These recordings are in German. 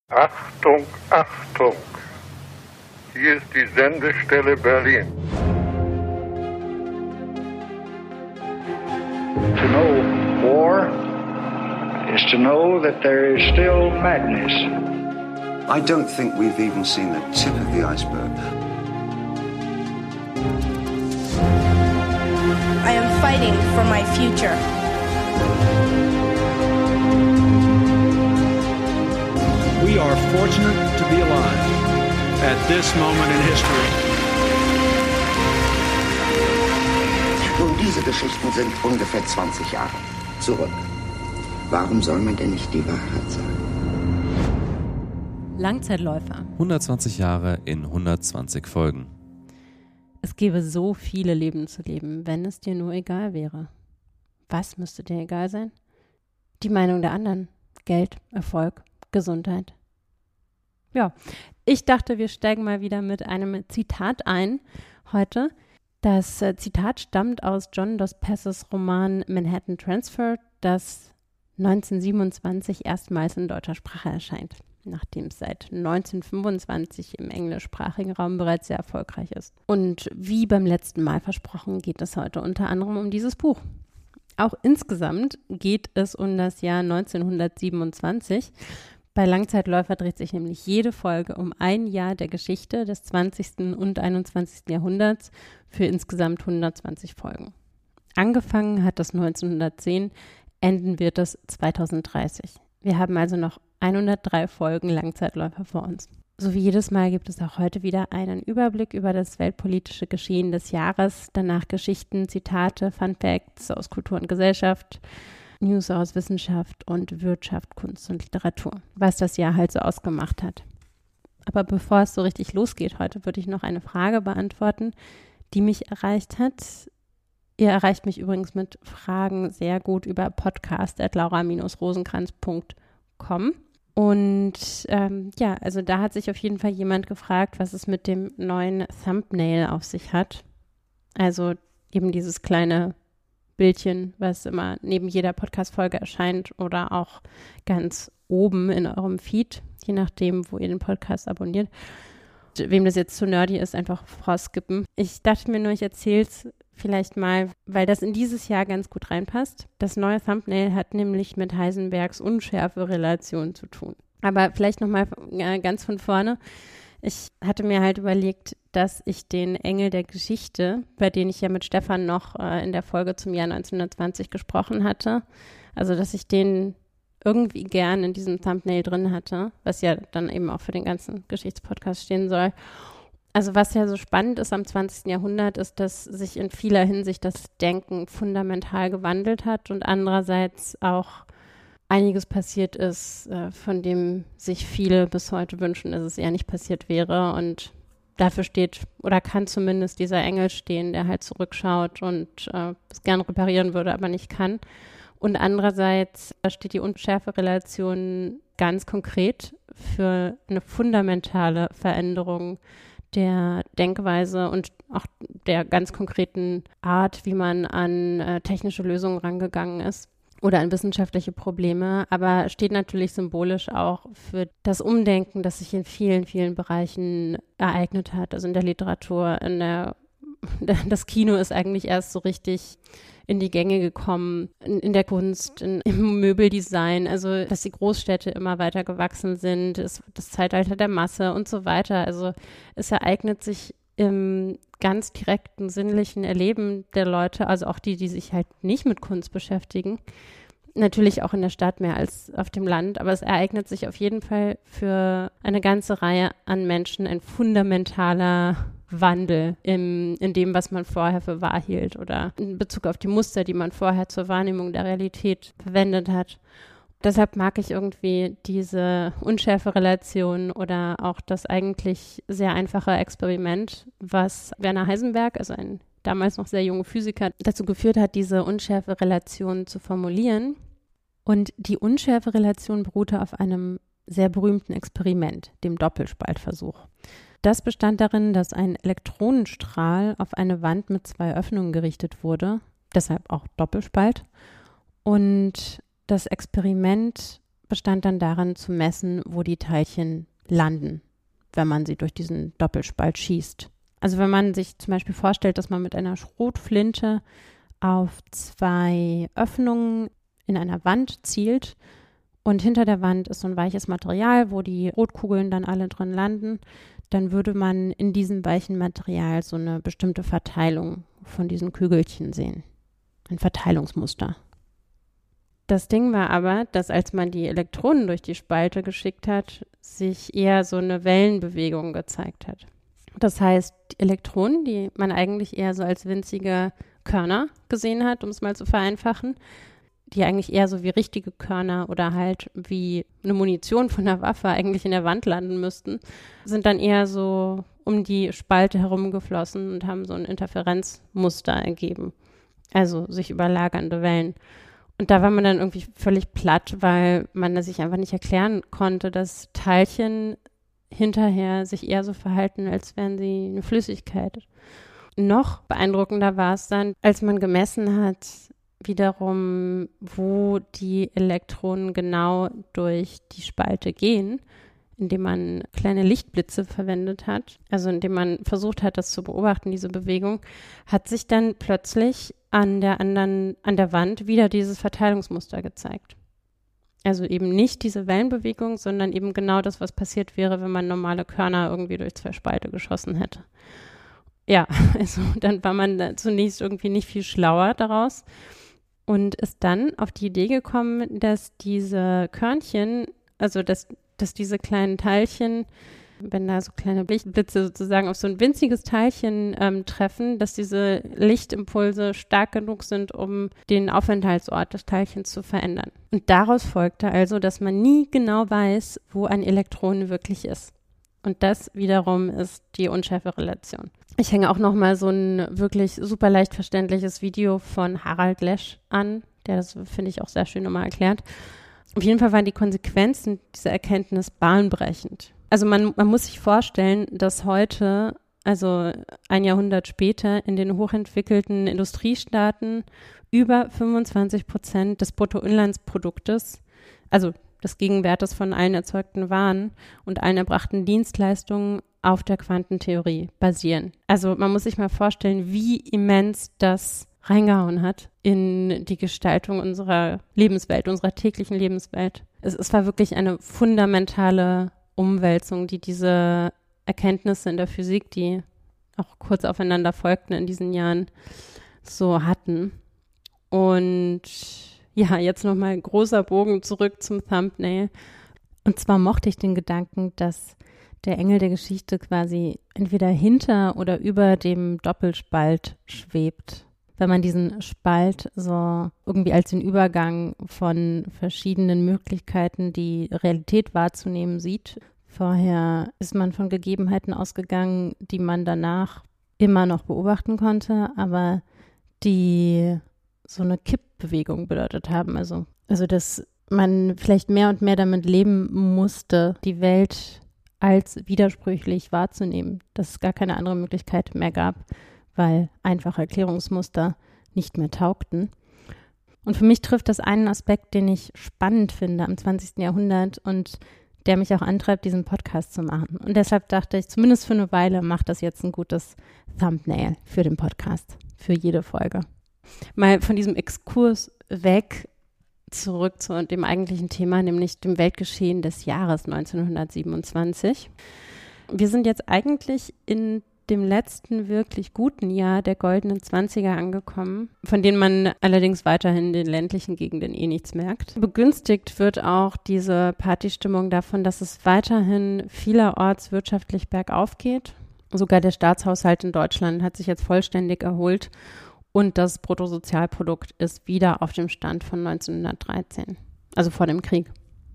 Achtung, Achtung! Hier ist die Sendestelle Berlin. To know war is to know that there is still madness. I don't think we've even seen the tip of the iceberg. I am fighting for my future. We are fortunate to be alive at this moment in history. Nun, diese Geschichten sind ungefähr 20 Jahre zurück. Warum soll man denn nicht die Wahrheit sagen? Langzeitläufer. 120 Jahre in 120 Folgen. Es gäbe so viele Leben zu leben, wenn es dir nur egal wäre. Was müsste dir egal sein? Die Meinung der anderen. Geld, Erfolg, Gesundheit. Ja, ich dachte, wir steigen mal wieder mit einem Zitat ein heute. Das Zitat stammt aus John Dos Passos Roman Manhattan Transfer, das 1927 erstmals in deutscher Sprache erscheint, nachdem es seit 1925 im englischsprachigen Raum bereits sehr erfolgreich ist. Und wie beim letzten Mal versprochen, geht es heute unter anderem um dieses Buch. Auch insgesamt geht es um das Jahr 1927. Bei Langzeitläufer dreht sich nämlich jede Folge um ein Jahr der Geschichte des 20. und 21. Jahrhunderts für insgesamt 120 Folgen. Angefangen hat das 1910, enden wird es 2030. Wir haben also noch 103 Folgen Langzeitläufer vor uns. So wie jedes Mal gibt es auch heute wieder einen Überblick über das weltpolitische Geschehen des Jahres, danach Geschichten, Zitate, Fun Facts aus Kultur und Gesellschaft, News aus Wissenschaft und Wirtschaft, Kunst und Literatur, was das Jahr halt so ausgemacht hat. Aber bevor es so richtig losgeht heute, würde ich noch eine Frage beantworten, die mich erreicht hat. Ihr erreicht mich übrigens mit Fragen sehr gut über podcast@laura-rosenkranz.com. Und also da hat sich auf jeden Fall jemand gefragt, was es mit dem neuen Thumbnail auf sich hat. Also eben dieses kleine Bildchen, was immer neben jeder Podcast-Folge erscheint oder auch ganz oben in eurem Feed, je nachdem, wo ihr den Podcast abonniert. Wem das jetzt zu nerdy ist, einfach vorskippen. Ich dachte mir nur, ich erzähle es vielleicht mal, weil das in dieses Jahr ganz gut reinpasst. Das neue Thumbnail hat nämlich mit Heisenbergs Unschärferelation zu tun. Aber vielleicht nochmal ganz von vorne. Ich hatte mir halt überlegt, dass ich den Engel der Geschichte, bei dem ich ja mit Stefan noch in der Folge zum Jahr 1920 gesprochen hatte, also dass ich den irgendwie gern in diesem Thumbnail drin hatte, was ja dann eben auch für den ganzen Geschichtspodcast stehen soll. Also was ja so spannend ist am 20. Jahrhundert, ist, dass sich in vieler Hinsicht das Denken fundamental gewandelt hat und andererseits auch einiges passiert ist, von dem sich viele bis heute wünschen, dass es eher nicht passiert wäre. Und dafür steht oder kann zumindest dieser Engel stehen, der halt zurückschaut und es gern reparieren würde, aber nicht kann. Und andererseits steht die Unschärferelation ganz konkret für eine fundamentale Veränderung der Denkweise und auch der ganz konkreten Art, wie man an technische Lösungen rangegangen ist oder an wissenschaftliche Probleme, aber steht natürlich symbolisch auch für das Umdenken, das sich in vielen, vielen Bereichen ereignet hat. Also in der Literatur, das Kino ist eigentlich erst so richtig in die Gänge gekommen, in der Kunst, im Möbeldesign, also dass die Großstädte immer weiter gewachsen sind, das Zeitalter der Masse und so weiter. Also es ereignet sich im ganz direkten sinnlichen Erleben der Leute, also auch die sich halt nicht mit Kunst beschäftigen, natürlich auch in der Stadt mehr als auf dem Land, aber es ereignet sich auf jeden Fall für eine ganze Reihe an Menschen ein fundamentaler Wandel in dem, was man vorher für wahr hielt oder in Bezug auf die Muster, die man vorher zur Wahrnehmung der Realität verwendet hat. Deshalb mag ich irgendwie diese Unschärferelation oder auch das eigentlich sehr einfache Experiment, was Werner Heisenberg, also ein damals noch sehr junger Physiker, dazu geführt hat, diese Unschärferelation zu formulieren. Und die Unschärferelation beruhte auf einem sehr berühmten Experiment, dem Doppelspaltversuch. Das bestand darin, dass ein Elektronenstrahl auf eine Wand mit 2 Öffnungen gerichtet wurde, deshalb auch Doppelspalt. Und das Experiment bestand dann darin zu messen, wo die Teilchen landen, wenn man sie durch diesen Doppelspalt schießt. Also wenn man sich zum Beispiel vorstellt, dass man mit einer Schrotflinte auf 2 Öffnungen in einer Wand zielt und hinter der Wand ist so ein weiches Material, wo die Rotkugeln dann alle drin landen, dann würde man in diesem weichen Material so eine bestimmte Verteilung von diesen Kügelchen sehen. Ein Verteilungsmuster. Das Ding war aber, dass als man die Elektronen durch die Spalte geschickt hat, sich eher so eine Wellenbewegung gezeigt hat. Das heißt, die Elektronen, die man eigentlich eher so als winzige Körner gesehen hat, um es mal zu vereinfachen, die eigentlich eher so wie richtige Körner oder halt wie eine Munition von einer Waffe eigentlich in der Wand landen müssten, sind dann eher so um die Spalte herumgeflossen und haben so ein Interferenzmuster ergeben. Also sich überlagernde Wellen. Und da war man dann irgendwie völlig platt, weil man sich einfach nicht erklären konnte, dass Teilchen hinterher sich eher so verhalten, als wären sie eine Flüssigkeit. Noch beeindruckender war es dann, als man gemessen hat, wiederum, wo die Elektronen genau durch die Spalte gehen, indem man kleine Lichtblitze verwendet hat, also indem man versucht hat, das zu beobachten, diese Bewegung, hat sich dann plötzlich an der Wand wieder dieses Verteilungsmuster gezeigt. Also eben nicht diese Wellenbewegung, sondern eben genau das, was passiert wäre, wenn man normale Körner irgendwie durch 2 Spalte geschossen hätte. Ja, also dann war man zunächst irgendwie nicht viel schlauer daraus und ist dann auf die Idee gekommen, dass diese Körnchen, also dass diese kleinen Teilchen, wenn da so kleine Lichtblitze sozusagen auf so ein winziges Teilchen treffen, dass diese Lichtimpulse stark genug sind, um den Aufenthaltsort des Teilchens zu verändern. Und daraus folgte also, dass man nie genau weiß, wo ein Elektron wirklich ist. Und das wiederum ist die Unschärferelation. Ich hänge auch nochmal so ein wirklich super leicht verständliches Video von Harald Lesch an, der das, finde ich, auch sehr schön nochmal erklärt. Auf jeden Fall waren die Konsequenzen dieser Erkenntnis bahnbrechend. Also man muss sich vorstellen, dass heute, also ein Jahrhundert später, in den hochentwickelten Industriestaaten über 25% des Bruttoinlandsproduktes, also des Gegenwertes von allen erzeugten Waren und allen erbrachten Dienstleistungen auf der Quantentheorie basieren. Also man muss sich mal vorstellen, wie immens das reingehauen hat in die Gestaltung unserer Lebenswelt, unserer täglichen Lebenswelt. Es war wirklich eine fundamentale Umwälzung, die diese Erkenntnisse in der Physik, die auch kurz aufeinander folgten in diesen Jahren, so hatten. Und ja, jetzt nochmal großer Bogen zurück zum Thumbnail. Und zwar mochte ich den Gedanken, dass der Engel der Geschichte quasi entweder hinter oder über dem Doppelspalt schwebt. Wenn man diesen Spalt so irgendwie als den Übergang von verschiedenen Möglichkeiten, die Realität wahrzunehmen, sieht. Vorher ist man von Gegebenheiten ausgegangen, die man danach immer noch beobachten konnte, aber die so eine Kippbewegung bedeutet haben. Also dass man vielleicht mehr und mehr damit leben musste, die Welt als widersprüchlich wahrzunehmen, dass es gar keine andere Möglichkeit mehr gab, weil einfache Erklärungsmuster nicht mehr taugten. Und für mich trifft das einen Aspekt, den ich spannend finde am 20. Jahrhundert und der mich auch antreibt, diesen Podcast zu machen. Und deshalb dachte ich, zumindest für eine Weile macht das jetzt ein gutes Thumbnail für den Podcast, für jede Folge. Mal von diesem Exkurs weg zurück zu dem eigentlichen Thema, nämlich dem Weltgeschehen des Jahres 1927. Wir sind jetzt eigentlich in dem letzten wirklich guten Jahr der goldenen 20er angekommen, von denen man allerdings weiterhin in den ländlichen Gegenden nichts merkt. Begünstigt wird auch diese Partystimmung davon, dass es weiterhin vielerorts wirtschaftlich bergauf geht. Sogar der Staatshaushalt in Deutschland hat sich jetzt vollständig erholt und das Bruttosozialprodukt ist wieder auf dem Stand von 1913, also vor dem Krieg.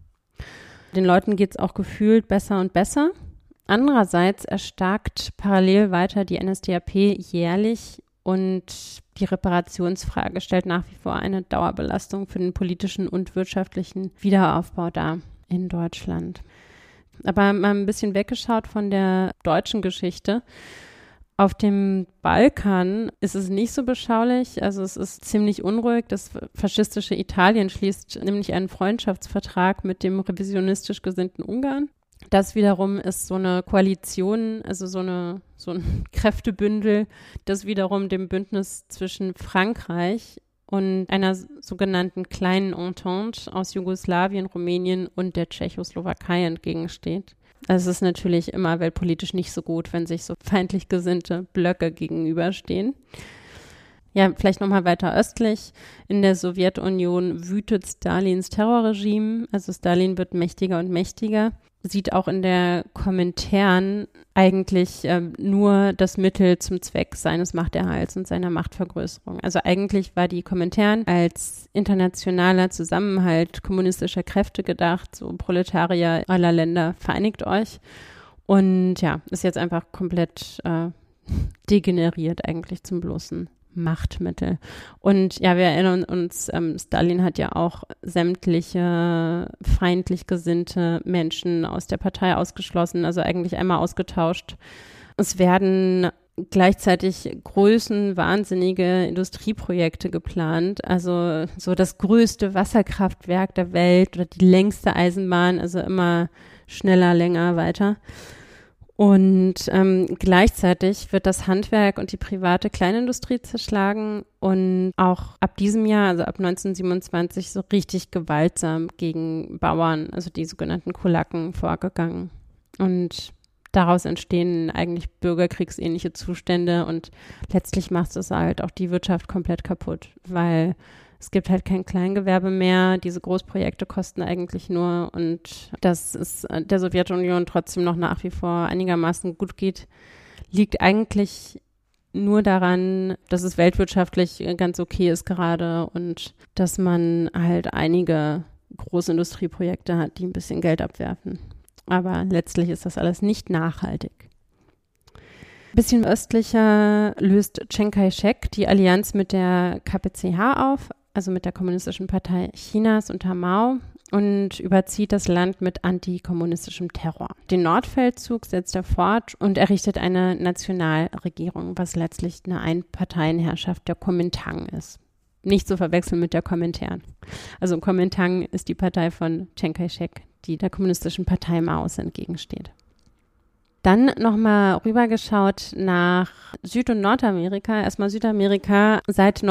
Den Leuten geht es auch gefühlt besser und besser. Andererseits erstarkt parallel weiter die NSDAP jährlich und die Reparationsfrage stellt nach wie vor eine Dauerbelastung für den politischen und wirtschaftlichen Wiederaufbau dar in Deutschland. Aber mal ein bisschen weggeschaut von der deutschen Geschichte. Auf dem Balkan ist es nicht so beschaulich, also es ist ziemlich unruhig. Das faschistische Italien schließt nämlich einen Freundschaftsvertrag mit dem revisionistisch gesinnten Ungarn. Das wiederum ist so eine Koalition, also so ein Kräftebündel, das wiederum dem Bündnis zwischen Frankreich und einer sogenannten kleinen Entente aus Jugoslawien, Rumänien und der Tschechoslowakei entgegensteht. Also es ist natürlich immer weltpolitisch nicht so gut, wenn sich so feindlich gesinnte Blöcke gegenüberstehen. Ja, vielleicht nochmal weiter östlich. In der Sowjetunion wütet Stalins Terrorregime. Also Stalin wird mächtiger und mächtiger. Sieht auch in der Komintern eigentlich nur das Mittel zum Zweck seines Machterhalts und seiner Machtvergrößerung. Also eigentlich war die Komintern als internationaler Zusammenhalt kommunistischer Kräfte gedacht, so Proletarier aller Länder, vereinigt euch. Und ja, ist jetzt einfach komplett degeneriert eigentlich zum bloßen Machtmittel. Und ja, wir erinnern uns, Stalin hat ja auch sämtliche feindlich gesinnte Menschen aus der Partei ausgeschlossen, also eigentlich einmal ausgetauscht. Es werden gleichzeitig größenwahnsinnige Industrieprojekte geplant, also so das größte Wasserkraftwerk der Welt oder die längste Eisenbahn, also immer schneller, länger, weiter. Und gleichzeitig wird das Handwerk und die private Kleinindustrie zerschlagen und auch ab diesem Jahr, also ab 1927, so richtig gewaltsam gegen Bauern, also die sogenannten Kulaken, vorgegangen. Und daraus entstehen eigentlich bürgerkriegsähnliche Zustände und letztlich macht es halt auch die Wirtschaft komplett kaputt, weil es gibt halt kein Kleingewerbe mehr. Diese Großprojekte kosten eigentlich nur und dass es der Sowjetunion trotzdem noch nach wie vor einigermaßen gut geht, liegt eigentlich nur daran, dass es weltwirtschaftlich ganz okay ist gerade und dass man halt einige Großindustrieprojekte hat, die ein bisschen Geld abwerfen. Aber letztlich ist das alles nicht nachhaltig. Ein bisschen östlicher löst Chiang Kai-shek die Allianz mit der KPCH auf, also mit der Kommunistischen Partei Chinas unter Mao, und überzieht das Land mit antikommunistischem Terror. Den Nordfeldzug setzt er fort und errichtet eine Nationalregierung, was letztlich eine Einparteienherrschaft der Kuomintang ist. Nicht zu verwechseln mit der Komintern. Also Kuomintang ist die Partei von Chiang Kai-shek, die der Kommunistischen Partei Maos entgegensteht. Dann nochmal rübergeschaut nach Süd- und Nordamerika. Erstmal Südamerika. Seit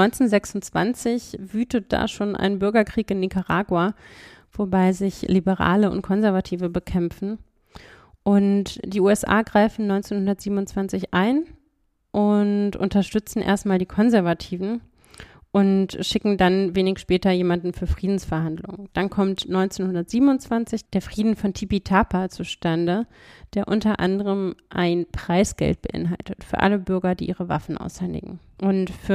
1926 wütet da schon ein Bürgerkrieg in Nicaragua, wobei sich Liberale und Konservative bekämpfen. Und die USA greifen 1927 ein und unterstützen erstmal die Konservativen und schicken dann wenig später jemanden für Friedensverhandlungen. Dann kommt 1927 der Frieden von Tipitapa zustande, der unter anderem ein Preisgeld beinhaltet für alle Bürger, die ihre Waffen aushändigen. Und für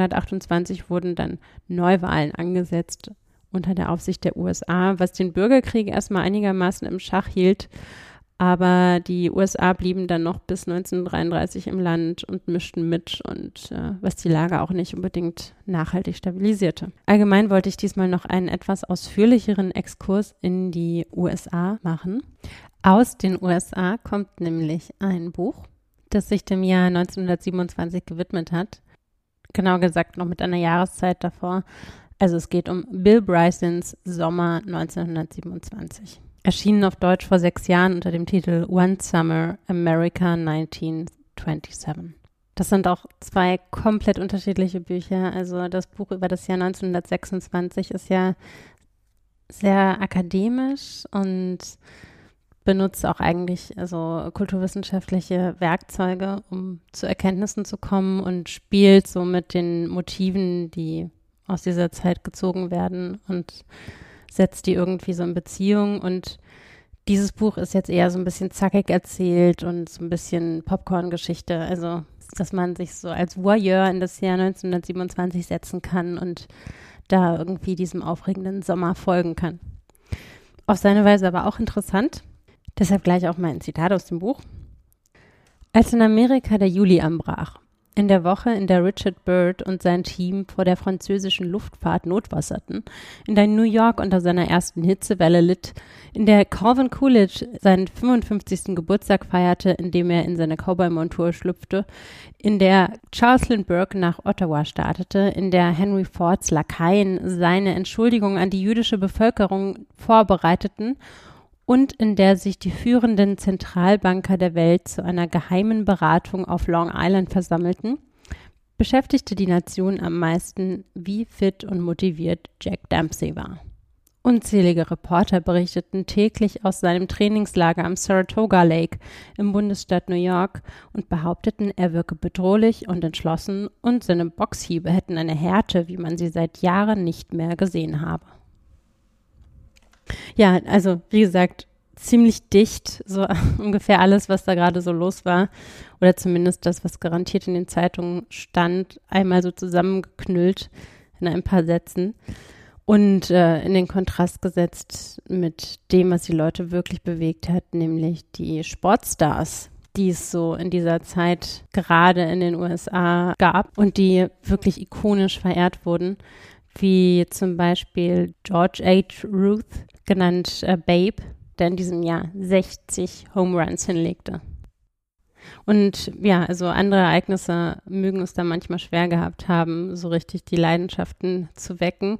1928 wurden dann Neuwahlen angesetzt unter der Aufsicht der USA, was den Bürgerkrieg erstmal einigermaßen im Schach hielt. Aber die USA blieben dann noch bis 1933 im Land und mischten mit und was die Lage auch nicht unbedingt nachhaltig stabilisierte. Allgemein wollte ich diesmal noch einen etwas ausführlicheren Exkurs in die USA machen. Aus den USA kommt nämlich ein Buch, das sich dem Jahr 1927 gewidmet hat. Genau gesagt noch mit einer Jahreszeit davor. Also es geht um Bill Brysons Sommer 1927. Erschienen auf Deutsch vor 6 Jahren unter dem Titel One Summer, America 1927. Das sind auch 2 komplett unterschiedliche Bücher. Also das Buch über das Jahr 1926 ist ja sehr akademisch und benutzt auch eigentlich also kulturwissenschaftliche Werkzeuge, um zu Erkenntnissen zu kommen und spielt so mit den Motiven, die aus dieser Zeit gezogen werden und setzt die irgendwie so in Beziehung. Und dieses Buch ist jetzt eher so ein bisschen zackig erzählt und so ein bisschen Popcorn-Geschichte. Also, dass man sich so als Voyeur in das Jahr 1927 setzen kann und da irgendwie diesem aufregenden Sommer folgen kann. Auf seine Weise aber auch interessant. Deshalb gleich auch mal ein Zitat aus dem Buch. Als in Amerika der Juli anbrach, In der Woche, in der Richard Byrd und sein Team vor der französischen Luftfahrt notwasserten, in der New York unter seiner ersten Hitzewelle litt, in der Calvin Coolidge seinen 55. Geburtstag feierte, indem er in seine Cowboy-Montur schlüpfte, in der Charles Lindbergh nach Ottawa startete, in der Henry Fords Lakaien seine Entschuldigung an die jüdische Bevölkerung vorbereiteten und in der sich die führenden Zentralbanker der Welt zu einer geheimen Beratung auf Long Island versammelten, beschäftigte die Nation am meisten, wie fit und motiviert Jack Dempsey war. Unzählige Reporter berichteten täglich aus seinem Trainingslager am Saratoga Lake im Bundesstaat New York und behaupteten, er wirke bedrohlich und entschlossen und seine Boxhiebe hätten eine Härte, wie man sie seit Jahren nicht mehr gesehen habe. Ja, also wie gesagt, ziemlich dicht, so ungefähr alles, was da gerade so los war, oder zumindest das, was garantiert in den Zeitungen stand, einmal so zusammengeknüllt in ein paar Sätzen und in den Kontrast gesetzt mit dem, was die Leute wirklich bewegt hat, nämlich die Sportstars, die es so in dieser Zeit gerade in den USA gab und die wirklich ikonisch verehrt wurden, wie zum Beispiel George H. Ruth, genannt Babe, der in diesem Jahr 60 Home Runs hinlegte. Und ja, also andere Ereignisse mögen es da manchmal schwer gehabt haben, so richtig die Leidenschaften zu wecken.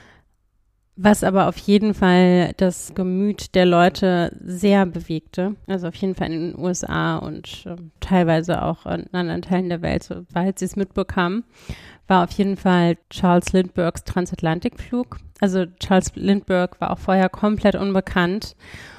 Was aber auf jeden Fall das Gemüt der Leute sehr bewegte, also auf jeden Fall in den USA und teilweise auch in anderen Teilen der Welt, soweit sie es mitbekamen, war auf jeden Fall Charles Lindberghs Transatlantikflug. Also Charles Lindbergh war auch vorher komplett unbekannt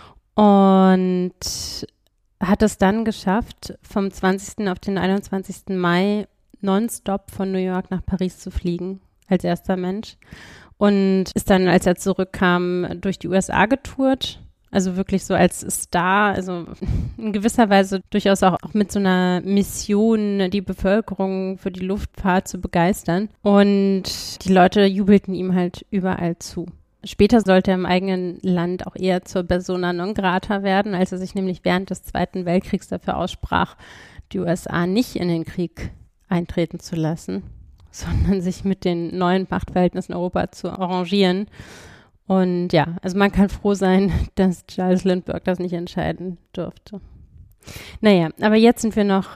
und hat es dann geschafft, vom 20. auf den 21. Mai nonstop von New York nach Paris zu fliegen, als erster Mensch. Und ist dann, als er zurückkam, durch die USA getourt. Also wirklich so als Star, also in gewisser Weise durchaus auch mit so einer Mission, die Bevölkerung für die Luftfahrt zu begeistern. Und die Leute jubelten ihm halt überall zu. Später sollte er im eigenen Land auch eher zur Persona non grata werden, als er sich nämlich während des Zweiten Weltkriegs dafür aussprach, die USA nicht in den Krieg eintreten zu lassen, sondern sich mit den neuen Machtverhältnissen in Europa zu arrangieren. Und ja, also man kann froh sein, dass Charles Lindbergh das nicht entscheiden durfte. Naja, aber jetzt sind wir noch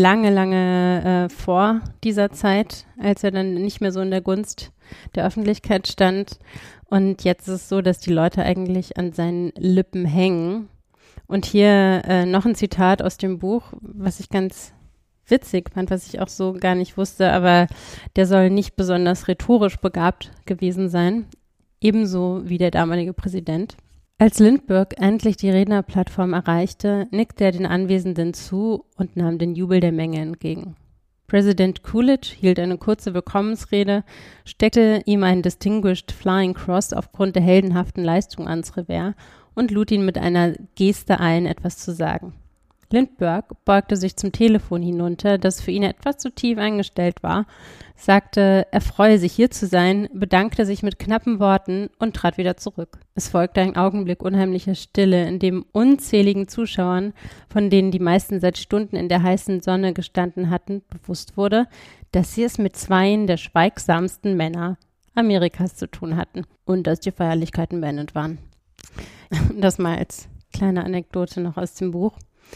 lange vor dieser Zeit, als er dann nicht mehr so in der Gunst der Öffentlichkeit stand. Und jetzt ist es so, dass die Leute eigentlich an seinen Lippen hängen. Und hier noch ein Zitat aus dem Buch, was ich ganz witzig fand, was ich auch so gar nicht wusste, aber der soll nicht besonders rhetorisch begabt gewesen sein. Ebenso wie der damalige Präsident. Als Lindbergh endlich die Rednerplattform erreichte, nickte er den Anwesenden zu und nahm den Jubel der Menge entgegen. Präsident Coolidge hielt eine kurze Willkommensrede, steckte ihm einen Distinguished Flying Cross aufgrund der heldenhaften Leistung ans Revers und lud ihn mit einer Geste ein, etwas zu sagen. Lindbergh beugte sich zum Telefon hinunter, das für ihn etwas zu tief eingestellt war, sagte, er freue sich, hier zu sein, bedankte sich mit knappen Worten und trat wieder zurück. Es folgte ein Augenblick unheimlicher Stille, in dem unzähligen Zuschauern, von denen die meisten seit Stunden in der heißen Sonne gestanden hatten, bewusst wurde, dass sie es mit zweien der schweigsamsten Männer Amerikas zu tun hatten und dass die Feierlichkeiten beendet waren. Das mal als kleine Anekdote noch aus dem Buch.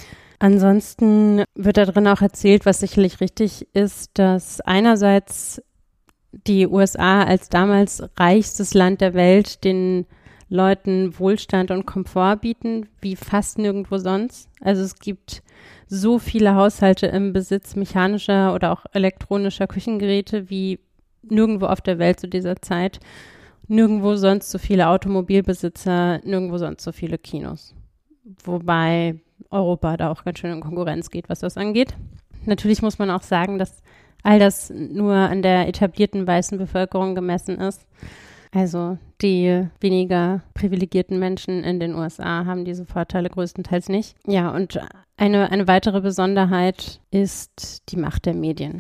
Ansonsten wird da drin auch erzählt, was sicherlich richtig ist, dass einerseits die USA als damals reichstes Land der Welt den Leuten Wohlstand und Komfort bieten, wie fast nirgendwo sonst. Also es gibt so viele Haushalte im Besitz mechanischer oder auch elektronischer Küchengeräte wie nirgendwo auf der Welt zu dieser Zeit. Nirgendwo sonst so viele Automobilbesitzer, nirgendwo sonst so viele Kinos. Wobei Europa da auch ganz schön in Konkurrenz geht, was das angeht. Natürlich muss man auch sagen, dass all das nur an der etablierten weißen Bevölkerung gemessen ist. Also die weniger privilegierten Menschen in den USA haben diese Vorteile größtenteils nicht. Ja, und eine weitere Besonderheit ist die Macht der Medien.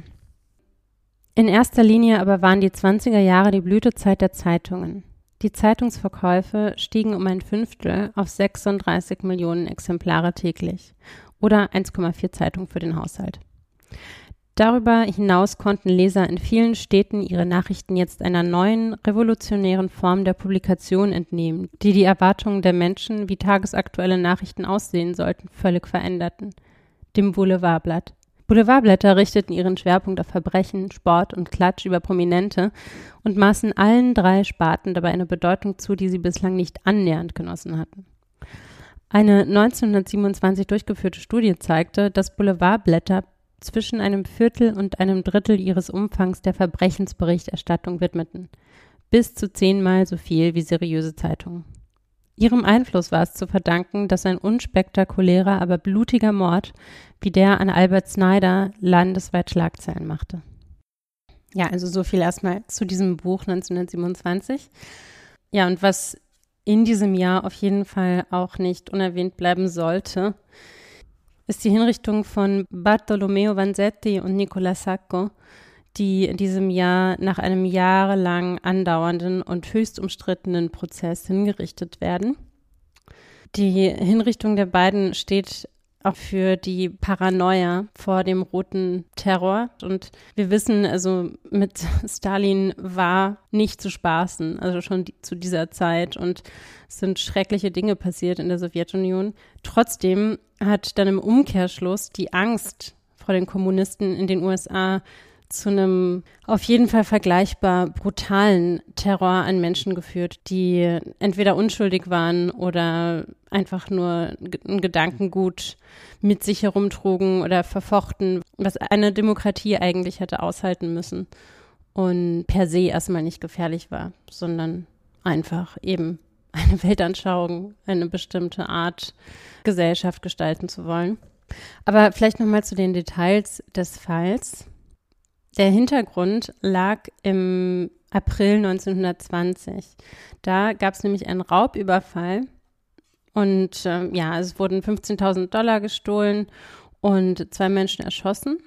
In erster Linie aber waren die 20er Jahre die Blütezeit der Zeitungen. Die Zeitungsverkäufe stiegen um ein Fünftel auf 36 Millionen Exemplare täglich oder 1,4 Zeitungen für den Haushalt. Darüber hinaus konnten Leser in vielen Städten ihre Nachrichten jetzt einer neuen, revolutionären Form der Publikation entnehmen, die die Erwartungen der Menschen, wie tagesaktuelle Nachrichten aussehen sollten, völlig veränderten: dem Boulevardblatt. Boulevardblätter richteten ihren Schwerpunkt auf Verbrechen, Sport und Klatsch über Prominente und maßen allen 3 Sparten dabei eine Bedeutung zu, die sie bislang nicht annähernd genossen hatten. Eine 1927 durchgeführte Studie zeigte, dass Boulevardblätter zwischen einem Viertel und einem Drittel ihres Umfangs der Verbrechensberichterstattung widmeten, bis zu 10-mal so viel wie seriöse Zeitungen. Ihrem Einfluss war es zu verdanken, dass ein unspektakulärer, aber blutiger Mord wie der an Albert Snyder landesweit Schlagzeilen machte. Ja, also so viel erstmal zu diesem Buch 1927. Ja, und was in diesem Jahr auf jeden Fall auch nicht unerwähnt bleiben sollte, ist die Hinrichtung von Bartolomeo Vanzetti und Nicola Sacco, die in diesem Jahr nach einem jahrelang andauernden und höchst umstrittenen Prozess hingerichtet werden. Die Hinrichtung der beiden steht auch für die Paranoia vor dem roten Terror. Und wir wissen, also mit Stalin war nicht zu spaßen, also schon zu dieser Zeit. Und es sind schreckliche Dinge passiert in der Sowjetunion. Trotzdem hat dann im Umkehrschluss die Angst vor den Kommunisten in den USA zu einem auf jeden Fall vergleichbar brutalen Terror an Menschen geführt, die entweder unschuldig waren oder einfach nur ein Gedankengut mit sich herumtrugen oder verfochten, was eine Demokratie eigentlich hätte aushalten müssen und per se erstmal nicht gefährlich war, sondern einfach eben eine Weltanschauung, eine bestimmte Art Gesellschaft gestalten zu wollen. Aber vielleicht nochmal zu den Details des Falls. Der Hintergrund lag im April 1920. Da gab es nämlich einen Raubüberfall und es wurden $15.000 gestohlen und 2 Menschen erschossen.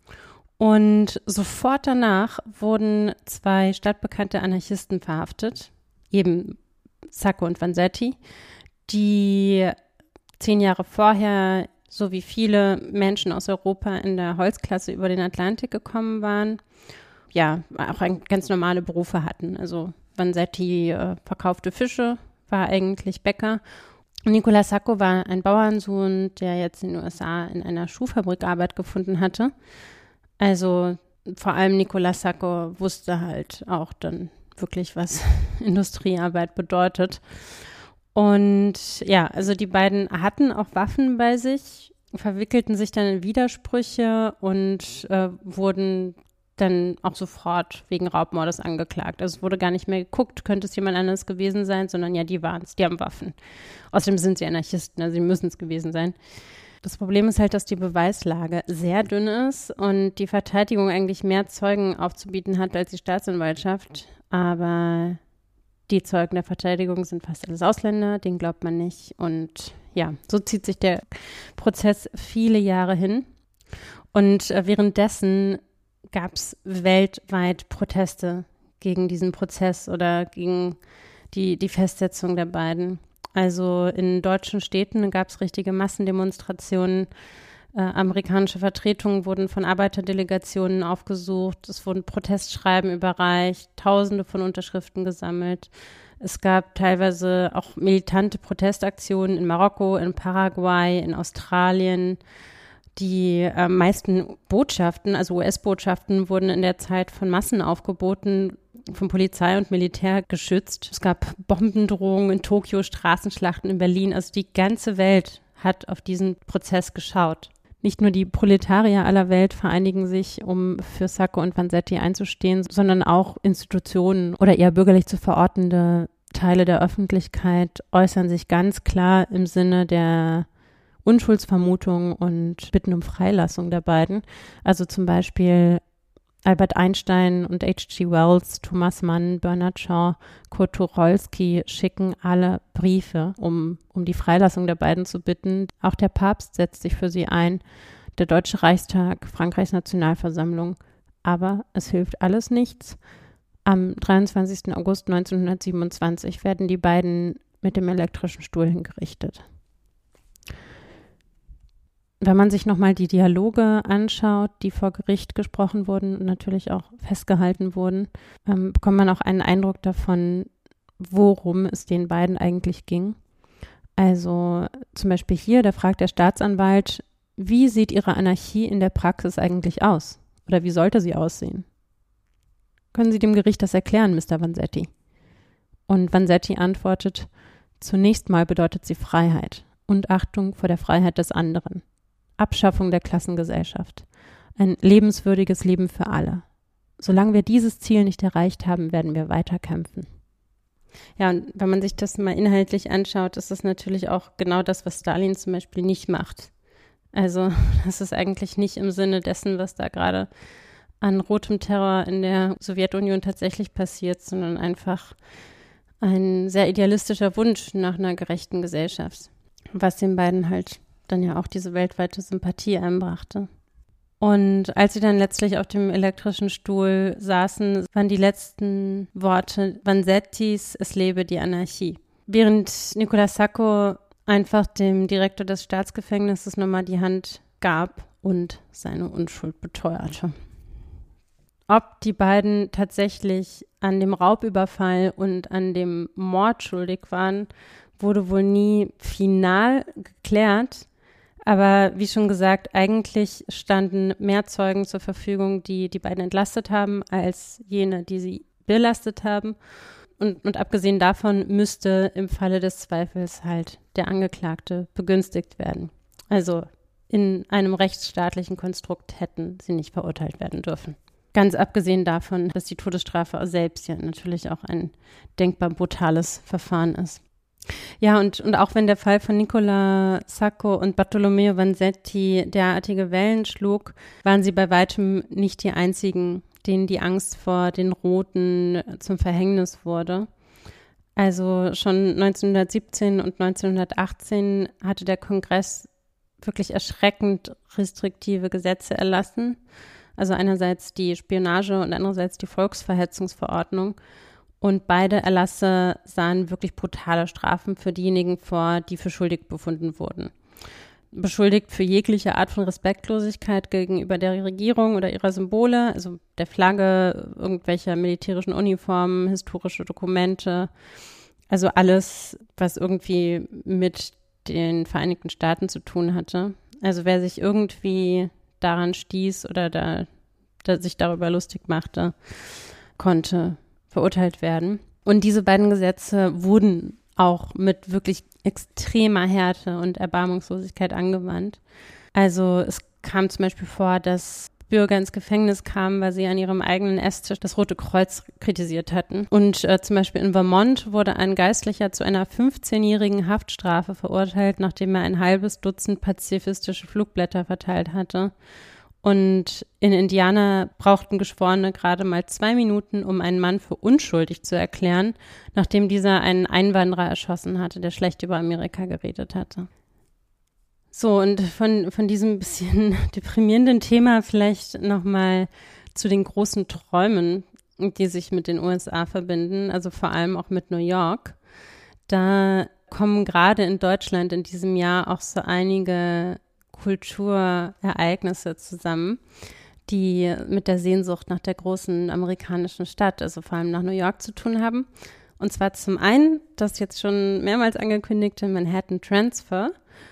Und sofort danach wurden 2 stadtbekannte Anarchisten verhaftet, eben Sacco und Vanzetti, die 10 Jahre vorher so wie viele Menschen aus Europa in der Holzklasse über den Atlantik gekommen waren, ja, auch ganz normale Berufe hatten. Also Vanzetti verkaufte Fische, war eigentlich Bäcker. Nicola Sacco war ein Bauernsohn, der jetzt in den USA in einer Schuhfabrik Arbeit gefunden hatte. Also vor allem Nicola Sacco wusste halt auch dann wirklich, was Industriearbeit bedeutet. Und ja, also die beiden hatten auch Waffen bei sich, verwickelten sich dann in Widersprüche und wurden dann auch sofort wegen Raubmordes angeklagt. Also es wurde gar nicht mehr geguckt, könnte es jemand anderes gewesen sein, sondern ja, die waren es, die haben Waffen. Außerdem sind sie Anarchisten, also sie müssen es gewesen sein. Das Problem ist halt, dass die Beweislage sehr dünn ist und die Verteidigung eigentlich mehr Zeugen aufzubieten hat als die Staatsanwaltschaft, aber die Zeugen der Verteidigung sind fast alles Ausländer, denen glaubt man nicht. Und ja, so zieht sich der Prozess viele Jahre hin. Und währenddessen gab es weltweit Proteste gegen diesen Prozess oder gegen die Festsetzung der beiden. Also in deutschen Städten gab es richtige Massendemonstrationen. Amerikanische Vertretungen wurden von Arbeiterdelegationen aufgesucht. Es wurden Protestschreiben überreicht, Tausende von Unterschriften gesammelt. Es gab teilweise auch militante Protestaktionen in Marokko, in Paraguay, in Australien. Die meisten Botschaften, also US-Botschaften, wurden in der Zeit von Massenaufgeboten von Polizei und Militär geschützt. Es gab Bombendrohungen in Tokio, Straßenschlachten in Berlin. Also die ganze Welt hat auf diesen Prozess geschaut. Nicht nur die Proletarier aller Welt vereinigen sich, um für Sacco und Vanzetti einzustehen, sondern auch Institutionen oder eher bürgerlich zu verortende Teile der Öffentlichkeit äußern sich ganz klar im Sinne der Unschuldsvermutung und bitten um Freilassung der beiden. Also zum Beispiel Albert Einstein und H.G. Wells, Thomas Mann, Bernard Shaw, Kurt Tucholsky schicken alle Briefe, um die Freilassung der beiden zu bitten. Auch der Papst setzt sich für sie ein, der Deutsche Reichstag, Frankreichs Nationalversammlung. Aber es hilft alles nichts. Am 23. August 1927 werden die beiden mit dem elektrischen Stuhl hingerichtet. Wenn man sich nochmal die Dialoge anschaut, die vor Gericht gesprochen wurden und natürlich auch festgehalten wurden, bekommt man auch einen Eindruck davon, worum es den beiden eigentlich ging. Also zum Beispiel hier, da fragt der Staatsanwalt, wie sieht Ihre Anarchie in der Praxis eigentlich aus? Oder wie sollte sie aussehen? Können Sie dem Gericht das erklären, Mr. Vanzetti? Und Vanzetti antwortet, zunächst mal bedeutet sie Freiheit und Achtung vor der Freiheit des anderen. Abschaffung der Klassengesellschaft. Ein lebenswürdiges Leben für alle. Solange wir dieses Ziel nicht erreicht haben, werden wir weiter kämpfen. Ja, und wenn man sich das mal inhaltlich anschaut, ist das natürlich auch genau das, was Stalin zum Beispiel nicht macht. Also das ist eigentlich nicht im Sinne dessen, was da gerade an rotem Terror in der Sowjetunion tatsächlich passiert, sondern einfach ein sehr idealistischer Wunsch nach einer gerechten Gesellschaft, was den beiden halt dann ja auch diese weltweite Sympathie einbrachte. Und als sie dann letztlich auf dem elektrischen Stuhl saßen, waren die letzten Worte Vanzettis, es lebe die Anarchie. Während Nicolas Sacco einfach dem Direktor des Staatsgefängnisses nochmal die Hand gab und seine Unschuld beteuerte. Ob die beiden tatsächlich an dem Raubüberfall und an dem Mord schuldig waren, wurde wohl nie final geklärt. Aber wie schon gesagt, eigentlich standen mehr Zeugen zur Verfügung, die die beiden entlastet haben, als jene, die sie belastet haben. Und abgesehen davon müsste im Falle des Zweifels halt der Angeklagte begünstigt werden. Also in einem rechtsstaatlichen Konstrukt hätten sie nicht verurteilt werden dürfen. Ganz abgesehen davon, dass die Todesstrafe selbst ja natürlich auch ein denkbar brutales Verfahren ist. Ja, und auch wenn der Fall von Nicolas Sacco und Bartolomeo Vanzetti derartige Wellen schlug, waren sie bei weitem nicht die einzigen, denen die Angst vor den Roten zum Verhängnis wurde. Also schon 1917 und 1918 hatte der Kongress wirklich erschreckend restriktive Gesetze erlassen. Also einerseits die Spionage und andererseits die Volksverhetzungsverordnung. Und beide Erlasse sahen wirklich brutale Strafen für diejenigen vor, die für schuldig befunden wurden. Beschuldigt für jegliche Art von Respektlosigkeit gegenüber der Regierung oder ihrer Symbole, also der Flagge, irgendwelcher militärischen Uniformen, historische Dokumente, also alles, was irgendwie mit den Vereinigten Staaten zu tun hatte. Also wer sich irgendwie daran stieß oder sich darüber lustig machte, konnte verurteilt werden. Und diese beiden Gesetze wurden auch mit wirklich extremer Härte und Erbarmungslosigkeit angewandt. Also es kam zum Beispiel vor, dass Bürger ins Gefängnis kamen, weil sie an ihrem eigenen Esstisch das Rote Kreuz kritisiert hatten. Und zum Beispiel in Vermont wurde ein Geistlicher zu einer 15-jährigen Haftstrafe verurteilt, nachdem er ein halbes Dutzend pazifistische Flugblätter verteilt hatte. Und in Indiana brauchten Geschworene gerade mal 2 Minuten, um einen Mann für unschuldig zu erklären, nachdem dieser einen Einwanderer erschossen hatte, der schlecht über Amerika geredet hatte. So, und von diesem bisschen deprimierenden Thema vielleicht nochmal zu den großen Träumen, die sich mit den USA verbinden, also vor allem auch mit New York. Da kommen gerade in Deutschland in diesem Jahr auch so einige Kulturereignisse zusammen, die mit der Sehnsucht nach der großen amerikanischen Stadt, also vor allem nach New York, zu tun haben. Und zwar zum einen das jetzt schon mehrmals angekündigte Manhattan Transfer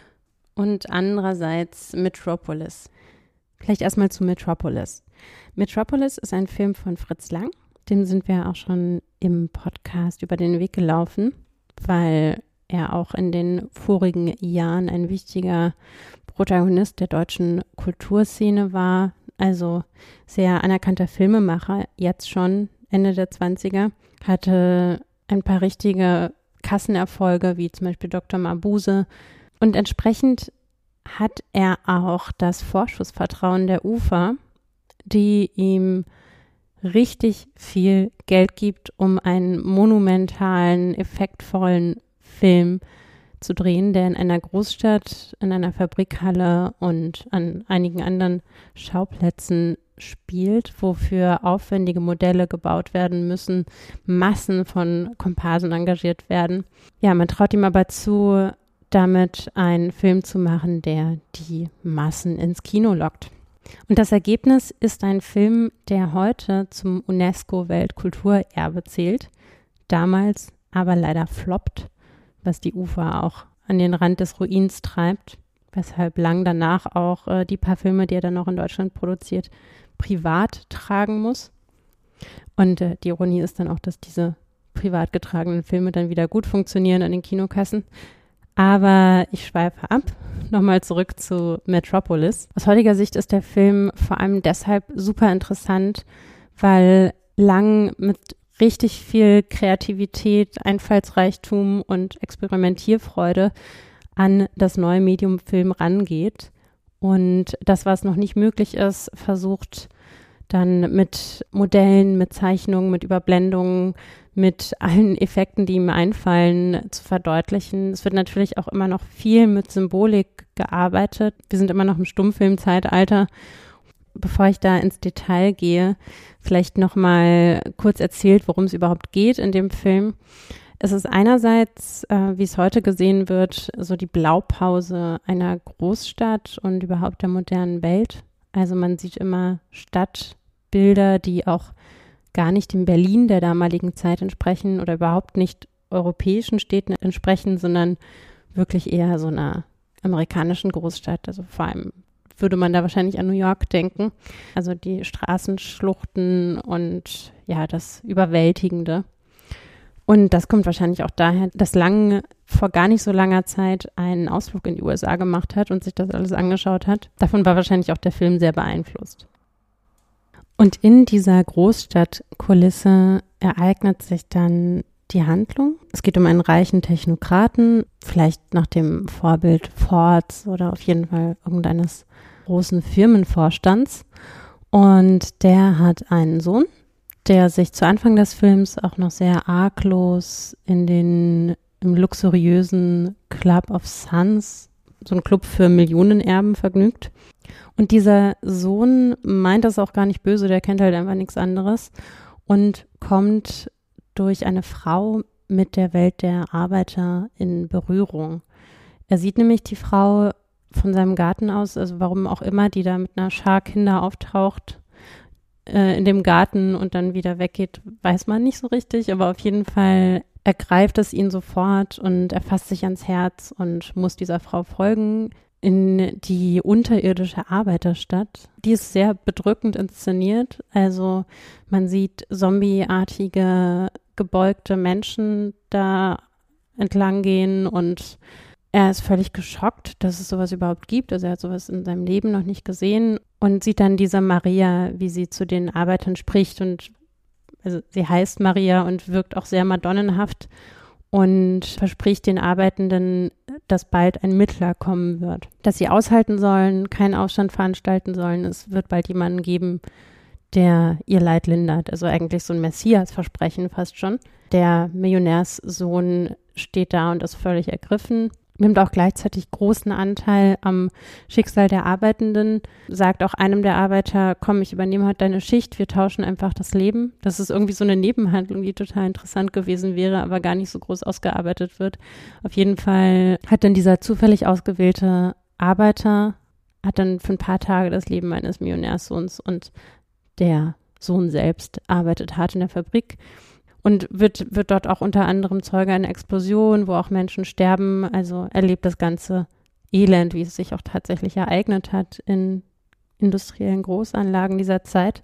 und andererseits Metropolis. Vielleicht erstmal zu Metropolis. Metropolis ist ein Film von Fritz Lang. Dem sind wir auch schon im Podcast über den Weg gelaufen, weil er auch in den vorigen Jahren ein wichtiger Protagonist der deutschen Kulturszene war, also sehr anerkannter Filmemacher, jetzt schon Ende der 20er, hatte ein paar richtige Kassenerfolge, wie zum Beispiel Dr. Mabuse, und entsprechend hat er auch das Vorschussvertrauen der UFA, die ihm richtig viel Geld gibt, um einen monumentalen, effektvollen Film zu drehen, der in einer Großstadt, in einer Fabrikhalle und an einigen anderen Schauplätzen spielt, wofür aufwendige Modelle gebaut werden müssen, Massen von Komparsen engagiert werden. Ja, man traut ihm aber zu, damit einen Film zu machen, der die Massen ins Kino lockt. Und das Ergebnis ist ein Film, der heute zum UNESCO-Weltkulturerbe zählt, damals aber leider floppt, was die UFA auch an den Rand des Ruins treibt, weshalb lang danach auch die paar Filme, die er dann noch in Deutschland produziert, privat tragen muss. Und die Ironie ist dann auch, dass diese privat getragenen Filme dann wieder gut funktionieren an den Kinokassen. Aber ich schweife ab. Nochmal zurück zu Metropolis. Aus heutiger Sicht ist der Film vor allem deshalb super interessant, weil Lang mit richtig viel Kreativität, Einfallsreichtum und Experimentierfreude an das neue Medium Film rangeht. Und das, was noch nicht möglich ist, versucht dann mit Modellen, mit Zeichnungen, mit Überblendungen, mit allen Effekten, die ihm einfallen, zu verdeutlichen. Es wird natürlich auch immer noch viel mit Symbolik gearbeitet. Wir sind immer noch im Stummfilmzeitalter. Bevor ich da ins Detail gehe, vielleicht noch mal kurz erzählt, worum es überhaupt geht in dem Film. Es ist einerseits, wie es heute gesehen wird, so die Blaupause einer Großstadt und überhaupt der modernen Welt. Also man sieht immer Stadtbilder, die auch gar nicht dem Berlin der damaligen Zeit entsprechen oder überhaupt nicht europäischen Städten entsprechen, sondern wirklich eher so einer amerikanischen Großstadt. Also vor allem würde man da wahrscheinlich an New York denken. Also die Straßenschluchten und ja, das Überwältigende. Und das kommt wahrscheinlich auch daher, dass Lang vor gar nicht so langer Zeit einen Ausflug in die USA gemacht hat und sich das alles angeschaut hat. Davon war wahrscheinlich auch der Film sehr beeinflusst. Und in dieser Großstadtkulisse ereignet sich dann die Handlung. Es geht um einen reichen Technokraten, vielleicht nach dem Vorbild Fords oder auf jeden Fall irgendeines großen Firmenvorstands. Und der hat einen Sohn, der sich zu Anfang des Films auch noch sehr arglos im luxuriösen Club of Sons, so ein Club für Millionenerben, vergnügt. Und dieser Sohn meint das auch gar nicht böse, der kennt halt einfach nichts anderes und kommt durch eine Frau mit der Welt der Arbeiter in Berührung. Er sieht nämlich die Frau von seinem Garten aus, also warum auch immer, die da mit einer Schar Kinder auftaucht in dem Garten und dann wieder weggeht, weiß man nicht so richtig, aber auf jeden Fall ergreift es ihn sofort und er fasst sich ans Herz und muss dieser Frau folgen in die unterirdische Arbeiterstadt. Die ist sehr bedrückend inszeniert, also man sieht zombieartige, gebeugte Menschen da entlang gehen und er ist völlig geschockt, dass es sowas überhaupt gibt. Also er hat sowas in seinem Leben noch nicht gesehen und sieht dann diese Maria, wie sie zu den Arbeitern spricht und also sie heißt Maria und wirkt auch sehr madonnenhaft und verspricht den Arbeitenden, dass bald ein Mittler kommen wird, dass sie aushalten sollen, keinen Aufstand veranstalten sollen. Es wird bald jemanden geben, der ihr Leid lindert. Also eigentlich so ein Messias-Versprechen fast schon. Der Millionärssohn steht da und ist völlig ergriffen, nimmt auch gleichzeitig großen Anteil am Schicksal der Arbeitenden, sagt auch einem der Arbeiter, komm, ich übernehme heute deine Schicht, wir tauschen einfach das Leben. Das ist irgendwie so eine Nebenhandlung, die total interessant gewesen wäre, aber gar nicht so groß ausgearbeitet wird. Auf jeden Fall hat dann dieser zufällig ausgewählte Arbeiter, hat dann für ein paar Tage das Leben eines Millionärssohns und der Sohn selbst arbeitet hart in der Fabrik. Und wird dort auch unter anderem Zeuge einer Explosion, wo auch Menschen sterben. Also erlebt das ganze Elend, wie es sich auch tatsächlich ereignet hat in industriellen Großanlagen dieser Zeit.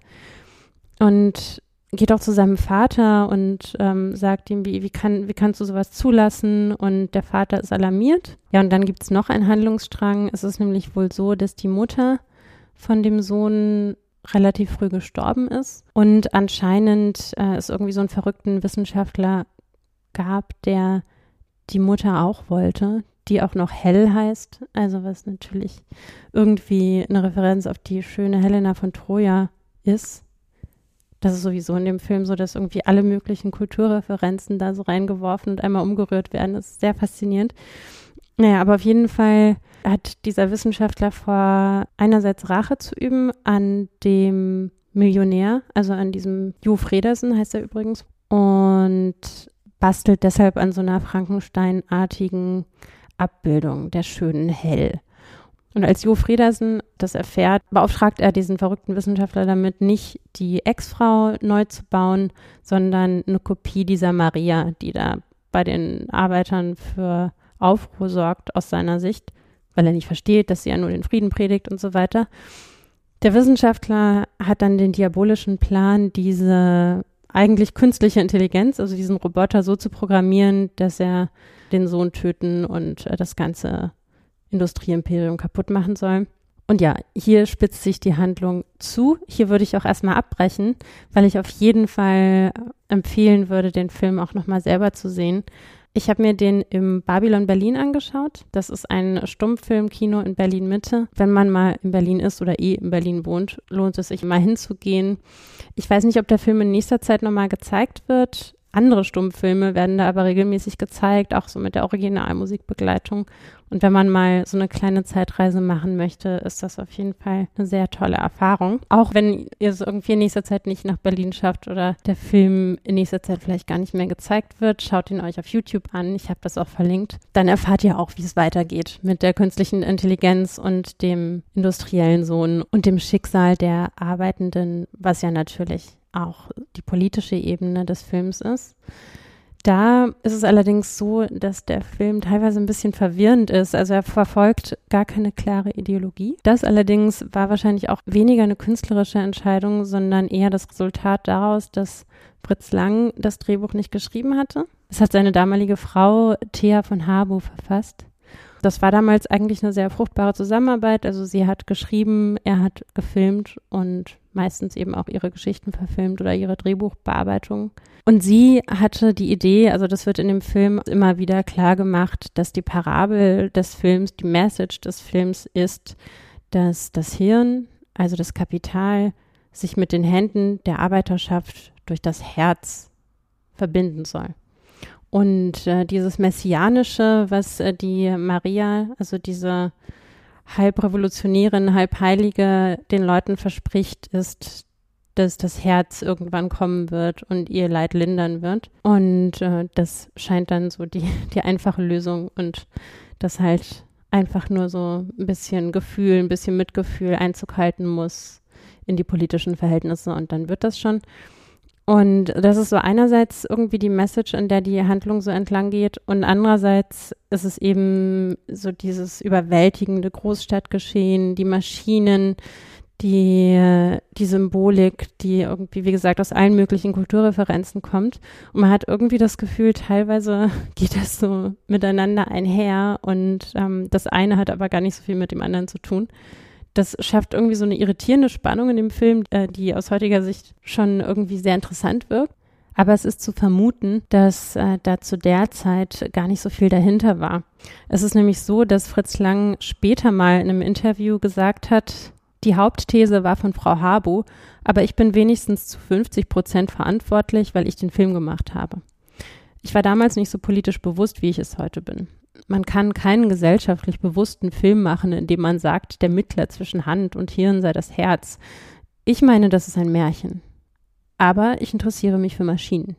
Und geht auch zu seinem Vater und sagt ihm, wie kannst du sowas zulassen? Und der Vater ist alarmiert. Ja, und dann gibt es noch einen Handlungsstrang. Es ist nämlich wohl so, dass die Mutter von dem Sohn relativ früh gestorben ist und anscheinend es irgendwie so einen verrückten Wissenschaftler gab, der die Mutter auch wollte, die auch noch Hel heißt, also was natürlich irgendwie eine Referenz auf die schöne Helena von Troja ist. Das ist sowieso in dem Film so, dass irgendwie alle möglichen Kulturreferenzen da so reingeworfen und einmal umgerührt werden. Das ist sehr faszinierend. Naja, aber auf jeden Fall hat dieser Wissenschaftler vor, einerseits Rache zu üben an dem Millionär, also an diesem Jo Fredersen heißt er übrigens, und bastelt deshalb an so einer Frankenstein-artigen Abbildung der schönen Hell. Und als Jo Fredersen das erfährt, beauftragt er diesen verrückten Wissenschaftler damit, nicht die Ex-Frau neu zu bauen, sondern eine Kopie dieser Maria, die da bei den Arbeitern für Aufruhr sorgt aus seiner Sicht, weil er nicht versteht, dass sie ja nur den Frieden predigt und so weiter. Der Wissenschaftler hat dann den diabolischen Plan, diese eigentlich künstliche Intelligenz, also diesen Roboter so zu programmieren, dass er den Sohn töten und das ganze Industrieimperium kaputt machen soll. Und ja, hier spitzt sich die Handlung zu. Hier würde ich auch erstmal abbrechen, weil ich auf jeden Fall empfehlen würde, den Film auch nochmal selber zu sehen. Ich habe mir den im Babylon Berlin angeschaut. Das ist ein Stummfilmkino in Berlin-Mitte. Wenn man mal in Berlin ist oder in Berlin wohnt, lohnt es sich mal hinzugehen. Ich weiß nicht, ob der Film in nächster Zeit nochmal gezeigt wird. Andere Stummfilme werden da aber regelmäßig gezeigt, auch so mit der Originalmusikbegleitung. Und wenn man mal so eine kleine Zeitreise machen möchte, ist das auf jeden Fall eine sehr tolle Erfahrung. Auch wenn ihr es irgendwie in nächster Zeit nicht nach Berlin schafft oder der Film in nächster Zeit vielleicht gar nicht mehr gezeigt wird, schaut ihn euch auf YouTube an. Ich habe das auch verlinkt. Dann erfahrt ihr auch, wie es weitergeht mit der künstlichen Intelligenz und dem industriellen Sohn und dem Schicksal der Arbeitenden, was ja natürlich auch die politische Ebene des Films ist. Da ist es allerdings so, dass der Film teilweise ein bisschen verwirrend ist. Also er verfolgt gar keine klare Ideologie. Das allerdings war wahrscheinlich auch weniger eine künstlerische Entscheidung, sondern eher das Resultat daraus, dass Fritz Lang das Drehbuch nicht geschrieben hatte. Es hat seine damalige Frau Thea von Habo verfasst. Das war damals eigentlich eine sehr fruchtbare Zusammenarbeit. Also sie hat geschrieben, er hat gefilmt und meistens eben auch ihre Geschichten verfilmt oder ihre Drehbuchbearbeitung. Und sie hatte die Idee, also das wird in dem Film immer wieder klar gemacht, dass die Parabel des Films, die Message des Films ist, dass das Hirn, also das Kapital, sich mit den Händen der Arbeiterschaft durch das Herz verbinden soll. Und dieses Messianische, was die Maria, also diese halb Revolutionärin, halb Heilige den Leuten verspricht, ist, dass das Herz irgendwann kommen wird und ihr Leid lindern wird. Und das scheint dann so die einfache Lösung und das halt einfach nur so ein bisschen Gefühl, ein bisschen Mitgefühl Einzug halten muss in die politischen Verhältnisse und dann wird das schon. Und das ist so einerseits irgendwie die Message, an der die Handlung so entlang geht und andererseits ist es eben so dieses überwältigende Großstadtgeschehen, die Maschinen, die Symbolik, die irgendwie, wie gesagt, aus allen möglichen Kulturreferenzen kommt. Und man hat irgendwie das Gefühl, teilweise geht das so miteinander einher und das eine hat aber gar nicht so viel mit dem anderen zu tun. Das schafft irgendwie so eine irritierende Spannung in dem Film, die aus heutiger Sicht schon irgendwie sehr interessant wirkt. Aber es ist zu vermuten, dass da zu der Zeit gar nicht so viel dahinter war. Es ist nämlich so, dass Fritz Lang später mal in einem Interview gesagt hat, die Hauptthese war von Frau Habo, aber ich bin wenigstens zu 50% verantwortlich, weil ich den Film gemacht habe. Ich war damals nicht so politisch bewusst, wie ich es heute bin. Man kann keinen gesellschaftlich bewussten Film machen, in dem man sagt, der Mittler zwischen Hand und Hirn sei das Herz. Ich meine, das ist ein Märchen. Aber ich interessiere mich für Maschinen.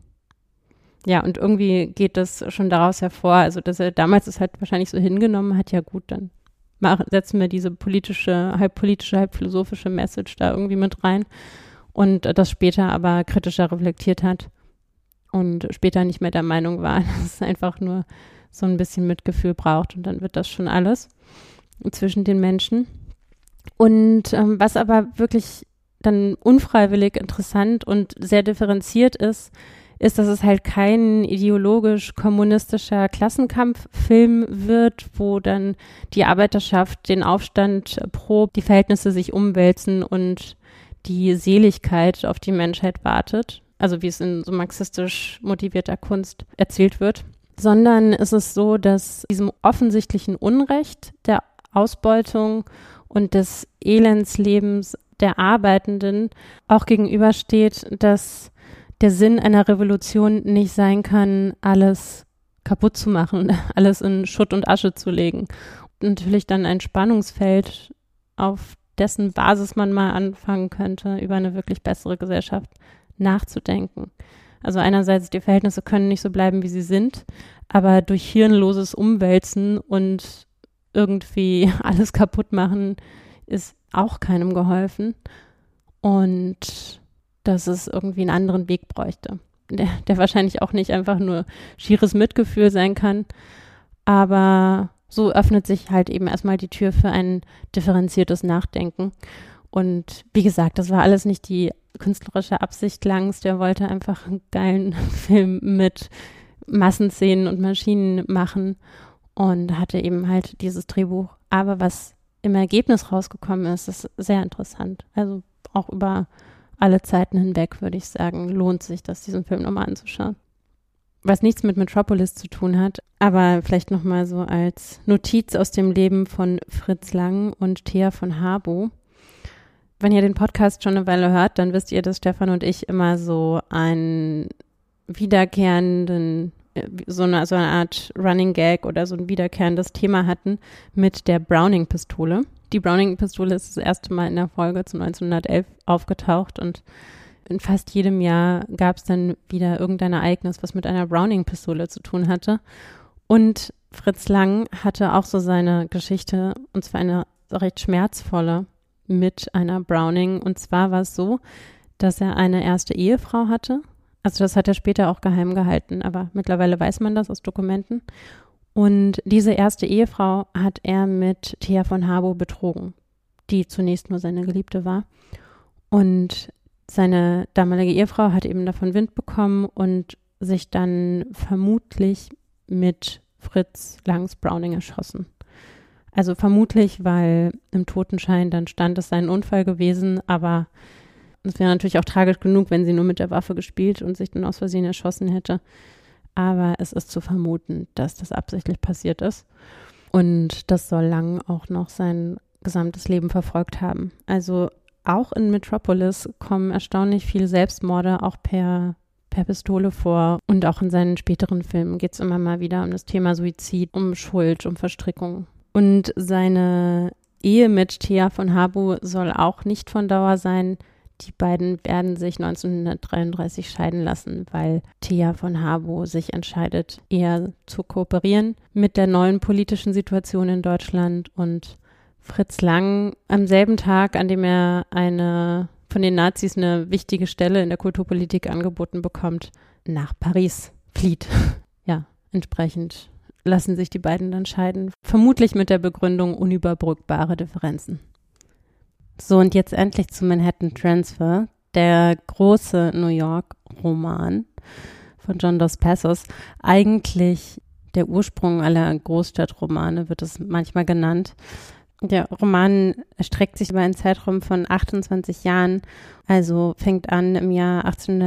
Ja, und irgendwie geht das schon daraus hervor, also dass er damals es halt wahrscheinlich so hingenommen hat, ja gut, dann setzen wir diese halb philosophische Message da irgendwie mit rein und das später aber kritischer reflektiert hat und später nicht mehr der Meinung war, dass es einfach nur so ein bisschen Mitgefühl braucht und dann wird das schon alles zwischen den Menschen. Und was aber wirklich dann unfreiwillig interessant und sehr differenziert ist, dass es halt kein ideologisch-kommunistischer Klassenkampffilm wird, wo dann die Arbeiterschaft den Aufstand probt, die Verhältnisse sich umwälzen und die Seligkeit auf die Menschheit wartet, also wie es in so marxistisch motivierter Kunst erzählt wird, sondern es ist so, dass diesem offensichtlichen Unrecht der Ausbeutung und des Elendslebens der Arbeitenden auch gegenübersteht, dass der Sinn einer Revolution nicht sein kann, alles kaputt zu machen, alles in Schutt und Asche zu legen. Und natürlich dann ein Spannungsfeld, auf dessen Basis man mal anfangen könnte, über eine wirklich bessere Gesellschaft nachzudenken. Also einerseits, die Verhältnisse können nicht so bleiben, wie sie sind, aber durch hirnloses Umwälzen und irgendwie alles kaputt machen ist auch keinem geholfen. Und dass es irgendwie einen anderen Weg bräuchte, der wahrscheinlich auch nicht einfach nur schieres Mitgefühl sein kann, aber so öffnet sich halt eben erstmal die Tür für ein differenziertes Nachdenken. Und wie gesagt, das war alles nicht die künstlerische Absicht Langs, der wollte einfach einen geilen Film mit Massenszenen und Maschinen machen und hatte eben halt dieses Drehbuch. Aber was im Ergebnis rausgekommen ist, ist sehr interessant. Also auch über alle Zeiten hinweg, würde ich sagen, lohnt sich das, diesen Film nochmal anzuschauen. Was nichts mit Metropolis zu tun hat, aber vielleicht nochmal so als Notiz aus dem Leben von Fritz Lang und Thea von Habo. Wenn ihr den Podcast schon eine Weile hört, dann wisst ihr, dass Stefan und ich immer so einen wiederkehrenden, so eine Art Running Gag oder so ein wiederkehrendes Thema hatten mit der Browning-Pistole. Die Browning-Pistole ist das erste Mal in der Folge zu 1911 aufgetaucht und in fast jedem Jahr gab es dann wieder irgendein Ereignis, was mit einer Browning-Pistole zu tun hatte. Und Fritz Lang hatte auch so seine Geschichte, und zwar eine recht schmerzvolle, mit einer Browning. Und zwar war es so, dass er eine erste Ehefrau hatte. Also das hat er später auch geheim gehalten, aber mittlerweile weiß man das aus Dokumenten. Und diese erste Ehefrau hat er mit Thea von Habo betrogen, die zunächst nur seine Geliebte war. Und seine damalige Ehefrau hat eben davon Wind bekommen und sich dann vermutlich mit Fritz Langs Browning erschossen. Also vermutlich, weil im Totenschein dann stand, es sei ein Unfall gewesen, aber es wäre natürlich auch tragisch genug, wenn sie nur mit der Waffe gespielt und sich dann aus Versehen erschossen hätte. Aber es ist zu vermuten, dass das absichtlich passiert ist. Und das soll Lang auch noch sein gesamtes Leben verfolgt haben. Also auch in Metropolis kommen erstaunlich viele Selbstmorde auch per Pistole vor. Und auch in seinen späteren Filmen geht es immer mal wieder um das Thema Suizid, um Schuld, um Verstrickung. Und seine Ehe mit Thea von Habo soll auch nicht von Dauer sein. Die beiden werden sich 1933 scheiden lassen, weil Thea von Habo sich entscheidet, eher zu kooperieren mit der neuen politischen Situation in Deutschland und Fritz Lang am selben Tag, an dem er von den Nazis eine wichtige Stelle in der Kulturpolitik angeboten bekommt, nach Paris flieht. Ja, entsprechend lassen sich die beiden dann scheiden, vermutlich mit der Begründung unüberbrückbare Differenzen. So, und jetzt endlich zu Manhattan Transfer, der große New York-Roman von John Dos Passos. Eigentlich der Ursprung aller Großstadtromane wird es manchmal genannt. Der Roman erstreckt sich über einen Zeitraum von 28 Jahren, also fängt an im Jahr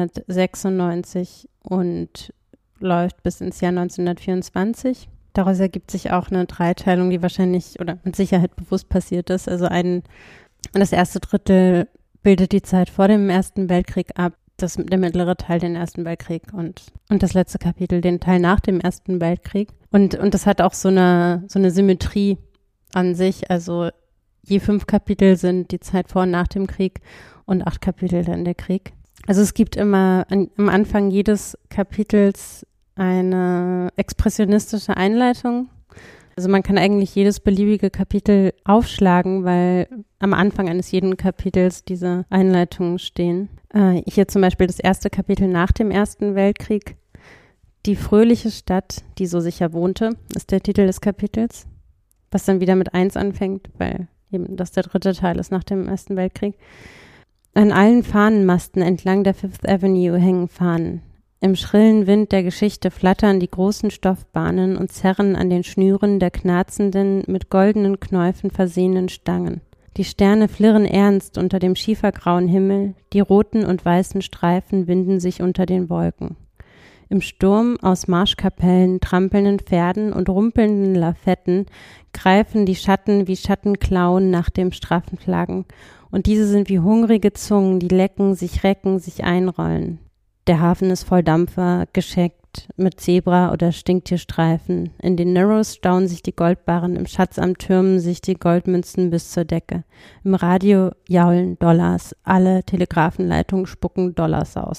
1896 und läuft bis ins Jahr 1924. Daraus ergibt sich auch eine Dreiteilung, die wahrscheinlich oder mit Sicherheit bewusst passiert ist. Also das erste Drittel bildet die Zeit vor dem Ersten Weltkrieg ab, der mittlere Teil den Ersten Weltkrieg und das letzte Kapitel den Teil nach dem Ersten Weltkrieg. Und das hat auch so eine Symmetrie an sich. Also je 5 Kapitel sind die Zeit vor und nach dem Krieg und 8 Kapitel dann der Krieg. Also es gibt immer am Anfang jedes Kapitels eine expressionistische Einleitung. Also man kann eigentlich jedes beliebige Kapitel aufschlagen, weil am Anfang eines jeden Kapitels diese Einleitungen stehen. Hier zum Beispiel das erste Kapitel nach dem Ersten Weltkrieg. Die fröhliche Stadt, die so sicher wohnte, ist der Titel des Kapitels, was dann wieder mit 1 anfängt, weil eben das der dritte Teil ist nach dem Ersten Weltkrieg. An allen Fahnenmasten entlang der Fifth Avenue hängen Fahnen. Im schrillen Wind der Geschichte flattern die großen Stoffbahnen und zerren an den Schnüren der knarzenden, mit goldenen Knäufen versehenen Stangen. Die Sterne flirren ernst unter dem schiefergrauen Himmel, die roten und weißen Streifen winden sich unter den Wolken. Im Sturm aus Marschkapellen, trampelnden Pferden und rumpelnden Lafetten greifen die Schatten wie Schattenklauen nach dem straffen Flaggen, und diese sind wie hungrige Zungen, die lecken, sich recken, sich einrollen. Der Hafen ist voll Dampfer, gescheckt mit Zebra- oder Stinktierstreifen. In den Narrows stauen sich die Goldbarren, im Schatzamt türmen sich die Goldmünzen bis zur Decke. Im Radio jaulen Dollars, alle Telegrafenleitungen spucken Dollars aus.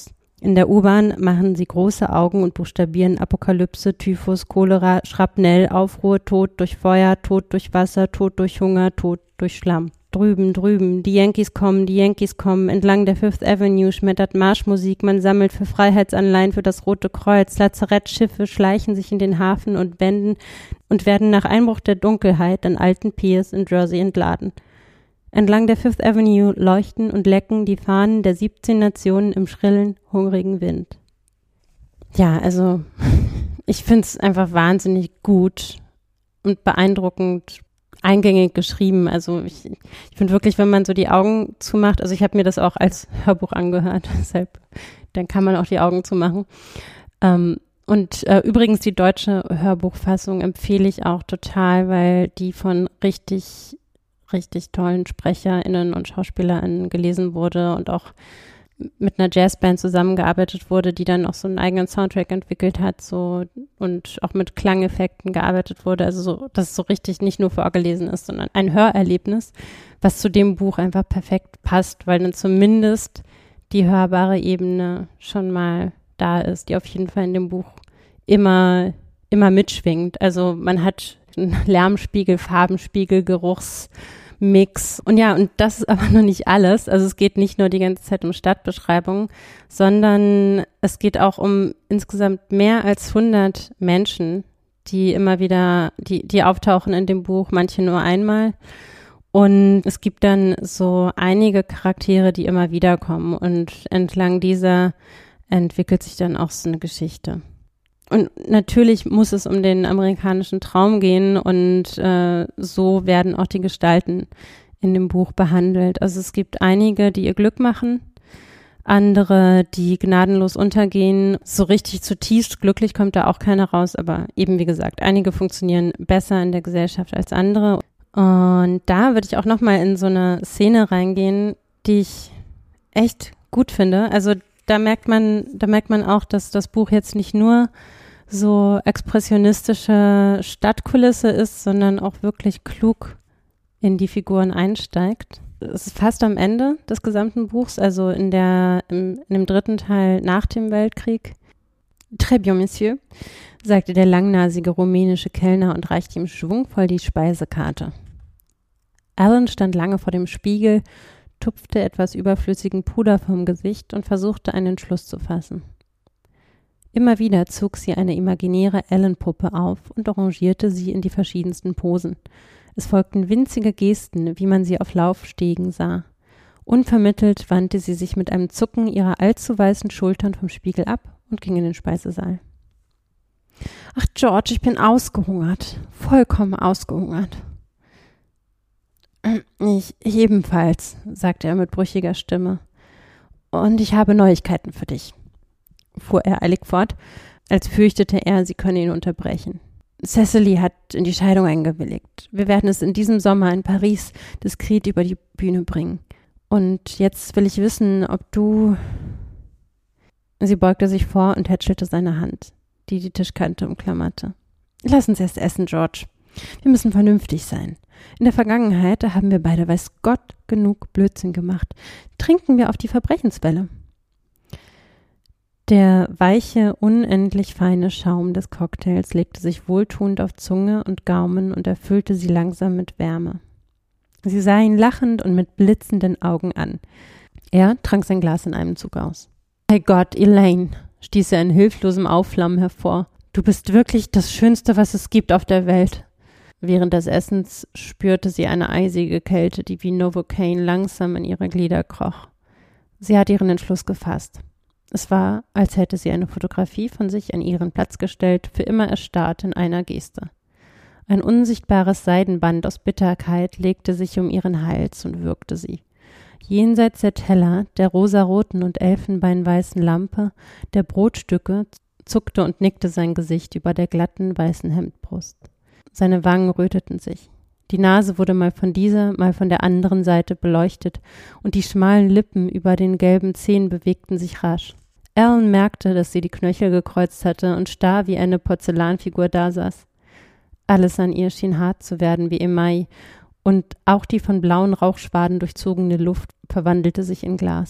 In der U-Bahn machen sie große Augen und buchstabieren Apokalypse, Typhus, Cholera, Schrapnell, Aufruhr, Tod durch Feuer, Tod durch Wasser, Tod durch Hunger, Tod durch Schlamm. Drüben, die Yankees kommen, entlang der Fifth Avenue schmettert Marschmusik, man sammelt für Freiheitsanleihen für das Rote Kreuz, Lazarettschiffe schleichen sich in den Hafen und werden nach Einbruch der Dunkelheit an alten Piers in Jersey entladen. Entlang der Fifth Avenue leuchten und lecken die Fahnen der 17 Nationen im schrillen, hungrigen Wind. Ja, also ich finde es einfach wahnsinnig gut und beeindruckend eingängig geschrieben. Also ich finde wirklich, wenn man so die Augen zumacht, also ich habe mir das auch als Hörbuch angehört, deshalb, dann kann man auch die Augen zumachen. Übrigens die deutsche Hörbuchfassung empfehle ich auch total, weil die von richtig tollen SprecherInnen und SchauspielerInnen gelesen wurde und auch mit einer Jazzband zusammengearbeitet wurde, die dann auch so einen eigenen Soundtrack entwickelt hat, so, und auch mit Klangeffekten gearbeitet wurde, also so, dass es so richtig nicht nur vorgelesen ist, sondern ein Hörerlebnis, was zu dem Buch einfach perfekt passt, weil dann zumindest die hörbare Ebene schon mal da ist, die auf jeden Fall in dem Buch immer mitschwingt. Also man hat einen Lärmspiegel, Farbenspiegel, Geruchsmix. Und ja, und das ist aber noch nicht alles. Also es geht nicht nur die ganze Zeit um Stadtbeschreibungen, sondern es geht auch um insgesamt mehr als 100 Menschen, die immer wieder, die auftauchen in dem Buch, manche nur einmal. Und es gibt dann so einige Charaktere, die immer wieder kommen. Und entlang dieser entwickelt sich dann auch so eine Geschichte. Und natürlich muss es um den amerikanischen Traum gehen und so werden auch die Gestalten in dem Buch behandelt. Also es gibt einige, die ihr Glück machen, andere, die gnadenlos untergehen. So richtig zutiefst glücklich kommt da auch keiner raus, aber eben wie gesagt, einige funktionieren besser in der Gesellschaft als andere. Und da würde ich auch nochmal in so eine Szene reingehen, die ich echt gut finde. Also da merkt man auch, dass das Buch jetzt nicht nur so expressionistische Stadtkulisse ist, sondern auch wirklich klug in die Figuren einsteigt. Es ist fast am Ende des gesamten Buchs, also in dem dritten Teil nach dem Weltkrieg. Très bien, Monsieur, sagte der langnasige rumänische Kellner und reichte ihm schwungvoll die Speisekarte. Alan stand lange vor dem Spiegel, tupfte etwas überflüssigen Puder vom Gesicht und versuchte, einen Entschluss zu fassen. Immer wieder zog sie eine imaginäre Ellen-Puppe auf und arrangierte sie in die verschiedensten Posen. Es folgten winzige Gesten, wie man sie auf Laufstegen sah. Unvermittelt wandte sie sich mit einem Zucken ihrer allzu weißen Schultern vom Spiegel ab und ging in den Speisesaal. »Ach, George, ich bin ausgehungert, vollkommen ausgehungert.« »Ich ebenfalls«, sagte er mit brüchiger Stimme. »Und ich habe Neuigkeiten für dich«, fuhr er eilig fort, als fürchtete er, sie könne ihn unterbrechen. »Cecily hat in die Scheidung eingewilligt. Wir werden es in diesem Sommer in Paris diskret über die Bühne bringen. Und jetzt will ich wissen, ob du...« Sie beugte sich vor und hätschelte seine Hand, die die Tischkante umklammerte. »Lass uns erst essen, George. Wir müssen vernünftig sein. In der Vergangenheit haben wir beide, weiß Gott, genug Blödsinn gemacht. Trinken wir auf die Verbrechenswelle.« Der weiche, unendlich feine Schaum des Cocktails legte sich wohltuend auf Zunge und Gaumen und erfüllte sie langsam mit Wärme. Sie sah ihn lachend und mit blitzenden Augen an. Er trank sein Glas in einem Zug aus. »Bei Gott, Elaine«, stieß er in hilflosem Aufflammen hervor. »Du bist wirklich das Schönste, was es gibt auf der Welt.« Während des Essens spürte sie eine eisige Kälte, die wie Novocaine langsam in ihre Glieder kroch. Sie hatte ihren Entschluss gefasst. Es war, als hätte sie eine Fotografie von sich an ihren Platz gestellt, für immer erstarrt in einer Geste. Ein unsichtbares Seidenband aus Bitterkeit legte sich um ihren Hals und würgte sie. Jenseits der Teller, der rosaroten und elfenbeinweißen Lampe, der Brotstücke zuckte und nickte sein Gesicht über der glatten, weißen Hemdbrust. Seine Wangen röteten sich. Die Nase wurde mal von dieser, mal von der anderen Seite beleuchtet und die schmalen Lippen über den gelben Zähnen bewegten sich rasch. Alan merkte, dass sie die Knöchel gekreuzt hatte und starr wie eine Porzellanfigur dasaß. Alles an ihr schien hart zu werden wie Email und auch die von blauen Rauchschwaden durchzogene Luft verwandelte sich in Glas.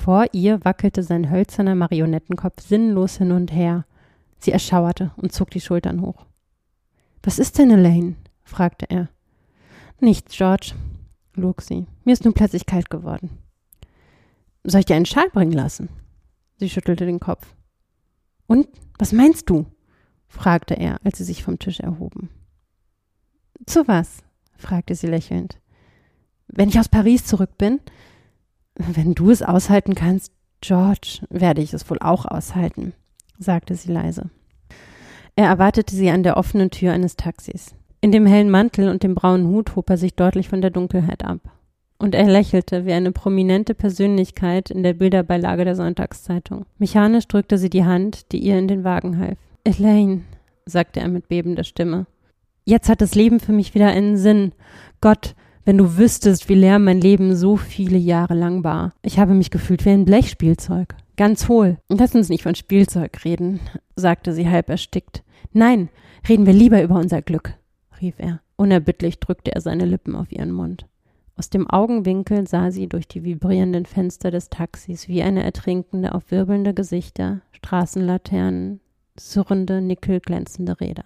Vor ihr wackelte sein hölzerner Marionettenkopf sinnlos hin und her. Sie erschauerte und zog die Schultern hoch. »Was ist denn, Elaine?« fragte er. »Nichts, George«, log sie. »Mir ist nun plötzlich kalt geworden.« »Soll ich dir einen Schal bringen lassen?« Sie schüttelte den Kopf. »Und, was meinst du?« fragte er, als sie sich vom Tisch erhoben. »Zu was?« fragte sie lächelnd. »Wenn ich aus Paris zurück bin?« »Wenn du es aushalten kannst, George, werde ich es wohl auch aushalten«, sagte sie leise. Er erwartete sie an der offenen Tür eines Taxis. In dem hellen Mantel und dem braunen Hut hob er sich deutlich von der Dunkelheit ab. Und er lächelte wie eine prominente Persönlichkeit in der Bilderbeilage der Sonntagszeitung. Mechanisch drückte sie die Hand, die ihr in den Wagen half. »Elaine«, sagte er mit bebender Stimme, »jetzt hat das Leben für mich wieder einen Sinn. Gott, wenn du wüsstest, wie leer mein Leben so viele Jahre lang war. Ich habe mich gefühlt wie ein Blechspielzeug. Ganz hohl. Lass uns nicht von Spielzeug reden«, sagte sie halb erstickt. »Nein, reden wir lieber über unser Glück«, rief er. Unerbittlich drückte er seine Lippen auf ihren Mund. Aus dem Augenwinkel sah sie durch die vibrierenden Fenster des Taxis wie eine Ertrinkende auf wirbelnde Gesichter, Straßenlaternen, surrende, nickelglänzende Räder.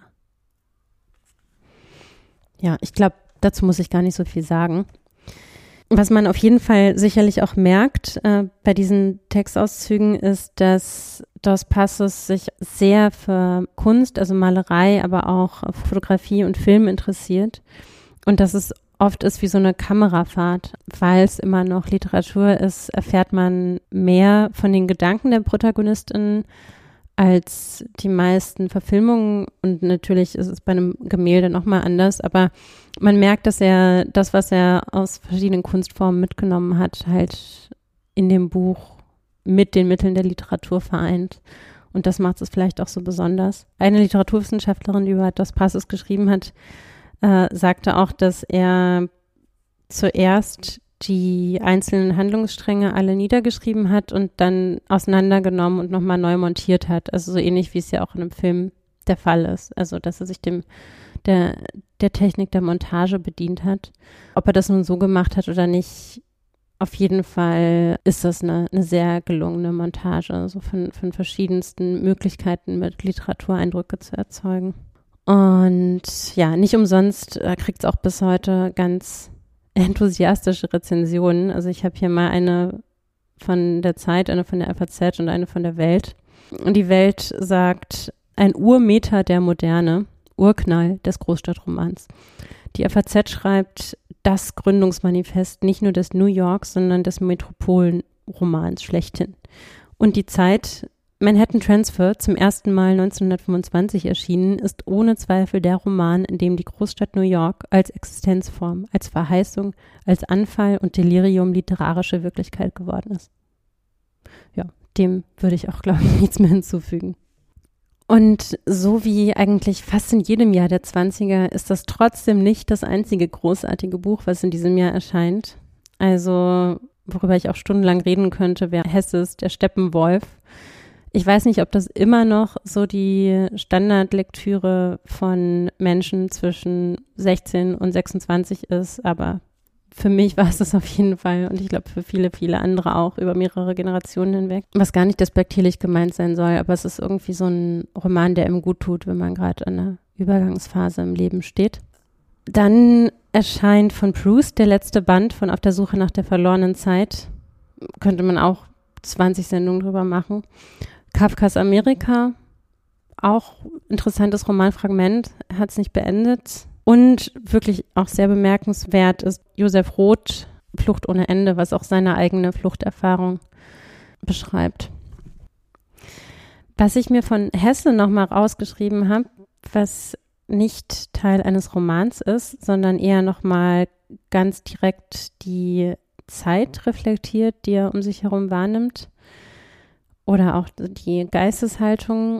Ja, ich glaube, dazu muss ich gar nicht so viel sagen. Was man auf jeden Fall sicherlich auch merkt bei diesen Textauszügen ist, dass Dos Passos sich sehr für Kunst, also Malerei, aber auch Fotografie und Film interessiert und dass es oft ist wie so eine Kamerafahrt. Weil es immer noch Literatur ist, erfährt man mehr von den Gedanken der ProtagonistInnen als die meisten Verfilmungen. Und natürlich ist es bei einem Gemälde nochmal anders, aber man merkt, dass er das, was er aus verschiedenen Kunstformen mitgenommen hat, halt in dem Buch mit den Mitteln der Literatur vereint. Und das macht es vielleicht auch so besonders. Eine Literaturwissenschaftlerin, die über Dos Passos geschrieben hat, sagte auch, dass er zuerst die einzelnen Handlungsstränge alle niedergeschrieben hat und dann auseinandergenommen und nochmal neu montiert hat. Also so ähnlich, wie es ja auch in einem Film der Fall ist. Also dass er sich der Technik der Montage bedient hat. Ob er das nun so gemacht hat oder nicht, auf jeden Fall ist das eine sehr gelungene Montage, also von verschiedensten Möglichkeiten mit Literatureindrücke zu erzeugen. Und ja, nicht umsonst kriegt es auch bis heute ganz enthusiastische Rezensionen. Also ich habe hier mal eine von der Zeit, eine von der FAZ und eine von der Welt. Und die Welt sagt, ein Urmeter der Moderne, Urknall des Großstadtromans. Die FAZ schreibt, das Gründungsmanifest nicht nur des New York, sondern des Metropolenromans schlechthin. Und die Zeit, Manhattan Transfer, zum ersten Mal 1925 erschienen, ist ohne Zweifel der Roman, in dem die Großstadt New York als Existenzform, als Verheißung, als Anfall und Delirium literarische Wirklichkeit geworden ist. Ja, dem würde ich auch, glaube ich, nichts mehr hinzufügen. Und so wie eigentlich fast in jedem Jahr der 20er ist das trotzdem nicht das einzige großartige Buch, was in diesem Jahr erscheint. Also, worüber ich auch stundenlang reden könnte, wäre Hesses Der Steppenwolf. Ich weiß nicht, ob das immer noch so die Standardlektüre von Menschen zwischen 16 und 26 ist, aber für mich war es das auf jeden Fall und ich glaube für viele, viele andere auch über mehrere Generationen hinweg. Was gar nicht despektierlich gemeint sein soll, aber es ist irgendwie so ein Roman, der einem gut tut, wenn man gerade an einer Übergangsphase im Leben steht. Dann erscheint von Proust der letzte Band von Auf der Suche nach der verlorenen Zeit. Könnte man auch 20 Sendungen drüber machen. Kafkas Amerika, auch interessantes Romanfragment, hat es nicht beendet. Und wirklich auch sehr bemerkenswert ist Josef Roth, Flucht ohne Ende, was auch seine eigene Fluchterfahrung beschreibt. Was ich mir von Hesse nochmal rausgeschrieben habe, was nicht Teil eines Romans ist, sondern eher nochmal ganz direkt die Zeit reflektiert, die er um sich herum wahrnimmt, oder auch die Geisteshaltung,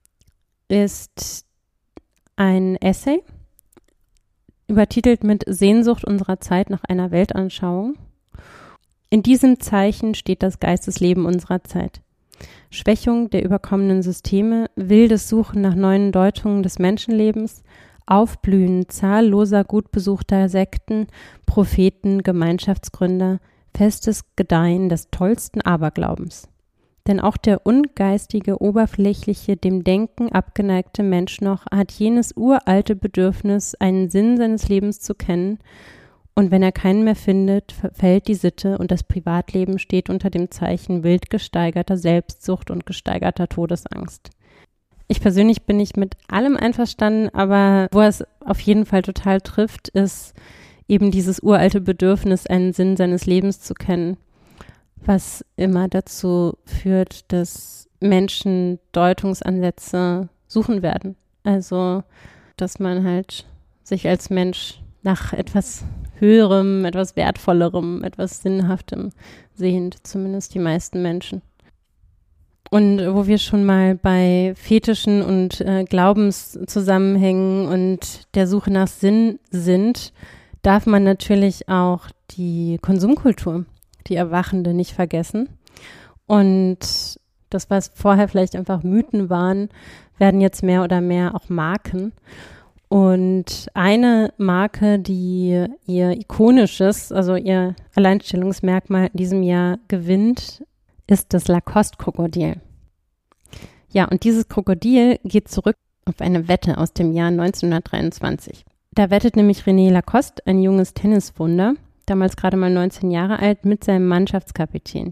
ist ein Essay, übertitelt mit Sehnsucht unserer Zeit nach einer Weltanschauung. In diesem Zeichen steht das Geistesleben unserer Zeit. Schwächung der überkommenen Systeme, wildes Suchen nach neuen Deutungen des Menschenlebens, Aufblühen zahlloser gut besuchter Sekten, Propheten, Gemeinschaftsgründer, festes Gedeihen des tollsten Aberglaubens. Denn auch der ungeistige, oberflächliche, dem Denken abgeneigte Mensch noch hat jenes uralte Bedürfnis, einen Sinn seines Lebens zu kennen, und wenn er keinen mehr findet, verfällt die Sitte und das Privatleben steht unter dem Zeichen wild gesteigerter Selbstsucht und gesteigerter Todesangst. Ich persönlich bin nicht mit allem einverstanden, aber wo es auf jeden Fall total trifft, ist eben dieses uralte Bedürfnis, einen Sinn seines Lebens zu kennen, was immer dazu führt, dass Menschen Deutungsansätze suchen werden. Also, dass man halt sich als Mensch nach etwas Höherem, etwas Wertvollerem, etwas Sinnhaftem sehnt, zumindest die meisten Menschen. Und wo wir schon mal bei Fetischen und Glaubenszusammenhängen und der Suche nach Sinn sind, darf man natürlich auch die Konsumkultur, die Erwachende, nicht vergessen. Und das, was vorher vielleicht einfach Mythen waren, werden jetzt mehr oder mehr auch Marken. Und eine Marke, die ihr ikonisches, also ihr Alleinstellungsmerkmal in diesem Jahr gewinnt, ist das Lacoste-Krokodil. Ja, und dieses Krokodil geht zurück auf eine Wette aus dem Jahr 1923. Da wettet nämlich René Lacoste, ein junges Tenniswunder, damals gerade mal 19 Jahre alt, mit seinem Mannschaftskapitän.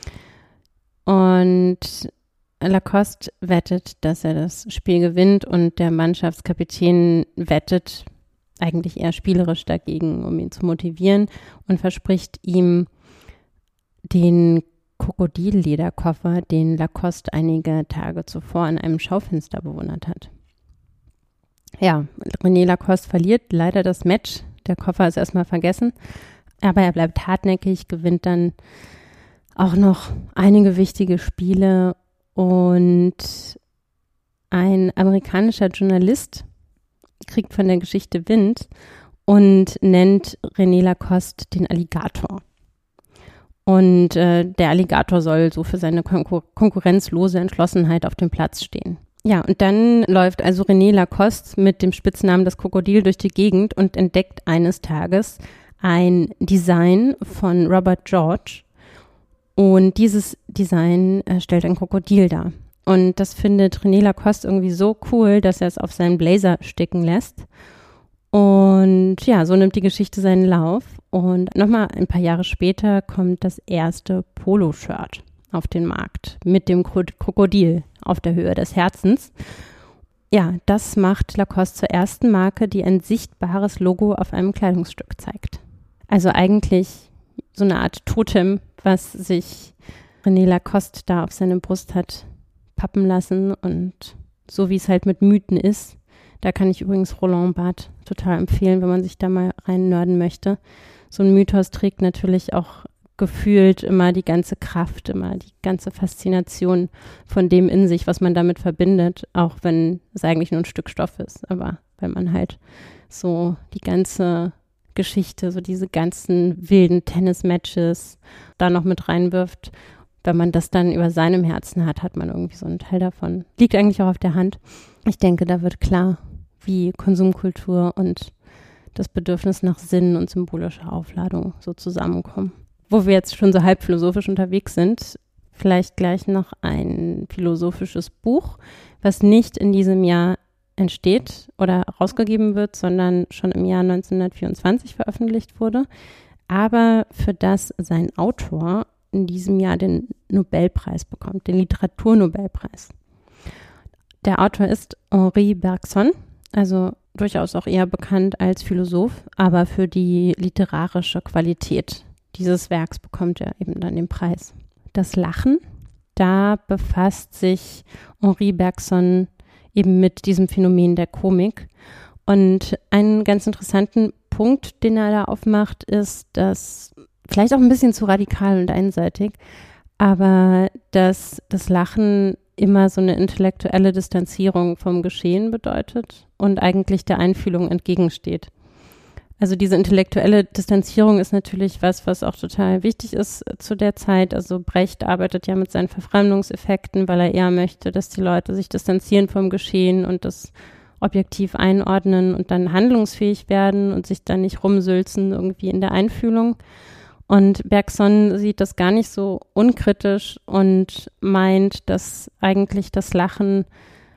Und Lacoste wettet, dass er das Spiel gewinnt, und der Mannschaftskapitän wettet eigentlich eher spielerisch dagegen, um ihn zu motivieren, und verspricht ihm den Krokodillederkoffer, den Lacoste einige Tage zuvor an einem Schaufenster bewundert hat. Ja, René Lacoste verliert leider das Match. Der Koffer ist erstmal vergessen, aber er bleibt hartnäckig, gewinnt dann auch noch einige wichtige Spiele, und ein amerikanischer Journalist kriegt von der Geschichte Wind und nennt René Lacoste den Alligator. Und der Alligator soll so für seine konkurrenzlose Entschlossenheit auf dem Platz stehen. Ja, und dann läuft also René Lacoste mit dem Spitznamen das Krokodil durch die Gegend und entdeckt eines Tages ein Design von Robert George. Und dieses Design stellt ein Krokodil dar. Und das findet René Lacoste irgendwie so cool, dass er es auf seinen Blazer sticken lässt. Und ja, so nimmt die Geschichte seinen Lauf. Und nochmal ein paar Jahre später kommt das erste Polo-Shirt auf den Markt mit dem Krokodil auf der Höhe des Herzens. Ja, das macht Lacoste zur ersten Marke, die ein sichtbares Logo auf einem Kleidungsstück zeigt. Also eigentlich so eine Art Totem, was sich René Lacoste da auf seine Brust hat pappen lassen, und so wie es halt mit Mythen ist. Da kann ich übrigens Roland Barthes total empfehlen, wenn man sich da mal rein nerden möchte. So ein Mythos trägt natürlich auch gefühlt immer die ganze Kraft, immer die ganze Faszination von dem in sich, was man damit verbindet, auch wenn es eigentlich nur ein Stück Stoff ist. Aber wenn man halt so die ganze Geschichte, so diese ganzen wilden Tennismatches da noch mit reinwirft, wenn man das dann über seinem Herzen hat, hat man irgendwie so einen Teil davon. Liegt eigentlich auch auf der Hand. Ich denke, da wird klar, wie Konsumkultur und das Bedürfnis nach Sinn und symbolischer Aufladung so zusammenkommen. Wo wir jetzt schon so halb philosophisch unterwegs sind, vielleicht gleich noch ein philosophisches Buch, was nicht in diesem Jahr entsteht oder rausgegeben wird, sondern schon im Jahr 1924 veröffentlicht wurde, aber für das sein Autor in diesem Jahr den Nobelpreis bekommt, den Literaturnobelpreis. Der Autor ist Henri Bergson, also durchaus auch eher bekannt als Philosoph, aber für die literarische Qualität dieses Werks bekommt er eben dann den Preis. Das Lachen, da befasst sich Henri Bergson eben mit diesem Phänomen der Komik. Und einen ganz interessanten Punkt, den er da aufmacht, ist, dass vielleicht auch ein bisschen zu radikal und einseitig, aber dass das Lachen immer so eine intellektuelle Distanzierung vom Geschehen bedeutet und eigentlich der Einfühlung entgegensteht. Also diese intellektuelle Distanzierung ist natürlich was auch total wichtig ist zu der Zeit. Also Brecht arbeitet ja mit seinen Verfremdungseffekten, weil er eher möchte, dass die Leute sich distanzieren vom Geschehen und das objektiv einordnen und dann handlungsfähig werden und sich dann nicht rumsülzen irgendwie in der Einfühlung. Und Bergson sieht das gar nicht so unkritisch und meint, dass eigentlich das Lachen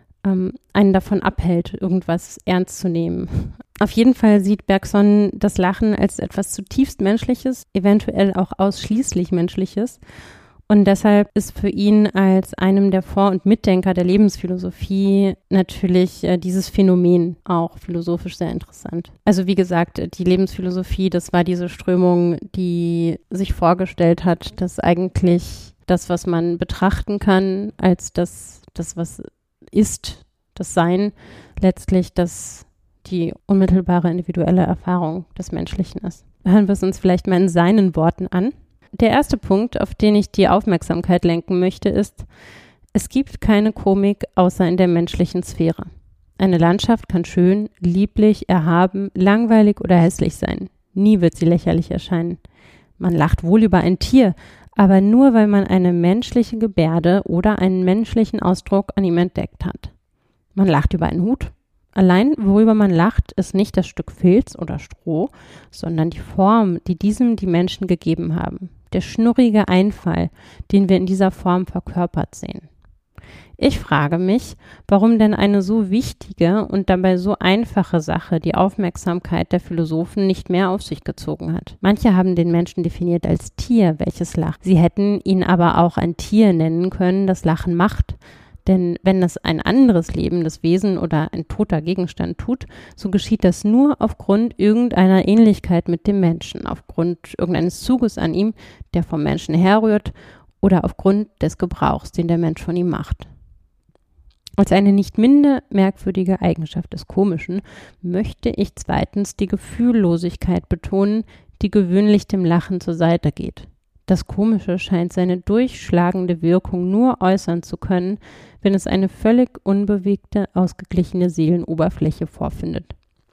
einen davon abhält, irgendwas ernst zu nehmen. Auf jeden Fall sieht Bergson das Lachen als etwas zutiefst Menschliches, eventuell auch ausschließlich Menschliches. Und deshalb ist für ihn als einem der Vor- und Mitdenker der Lebensphilosophie natürlich dieses Phänomen auch philosophisch sehr interessant. Also wie gesagt, die Lebensphilosophie, das war diese Strömung, die sich vorgestellt hat, dass eigentlich das, was man betrachten kann, als das was ist, das Sein, letztlich die unmittelbare individuelle Erfahrung des Menschlichen ist. Hören wir es uns vielleicht mal in seinen Worten an. Der erste Punkt, auf den ich die Aufmerksamkeit lenken möchte, ist, es gibt keine Komik außer in der menschlichen Sphäre. Eine Landschaft kann schön, lieblich, erhaben, langweilig oder hässlich sein. Nie wird sie lächerlich erscheinen. Man lacht wohl über ein Tier, aber nur, weil man eine menschliche Gebärde oder einen menschlichen Ausdruck an ihm entdeckt hat. Man lacht über einen Hut. Allein, worüber man lacht, ist nicht das Stück Filz oder Stroh, sondern die Form, die diesem die Menschen gegeben haben. Der schnurrige Einfall, den wir in dieser Form verkörpert sehen. Ich frage mich, warum denn eine so wichtige und dabei so einfache Sache die Aufmerksamkeit der Philosophen nicht mehr auf sich gezogen hat. Manche haben den Menschen definiert als Tier, welches lacht. Sie hätten ihn aber auch ein Tier nennen können, das Lachen macht. Denn wenn das ein anderes lebendes Wesen oder ein toter Gegenstand tut, so geschieht das nur aufgrund irgendeiner Ähnlichkeit mit dem Menschen, aufgrund irgendeines Zuges an ihm, der vom Menschen herrührt, oder aufgrund des Gebrauchs, den der Mensch von ihm macht. Als eine nicht minder merkwürdige Eigenschaft des Komischen möchte ich zweitens die Gefühllosigkeit betonen, die gewöhnlich dem Lachen zur Seite geht. Das Komische scheint seine durchschlagende Wirkung nur äußern zu können, wenn es eine völlig unbewegte, ausgeglichene Seelenoberfläche vorfindet.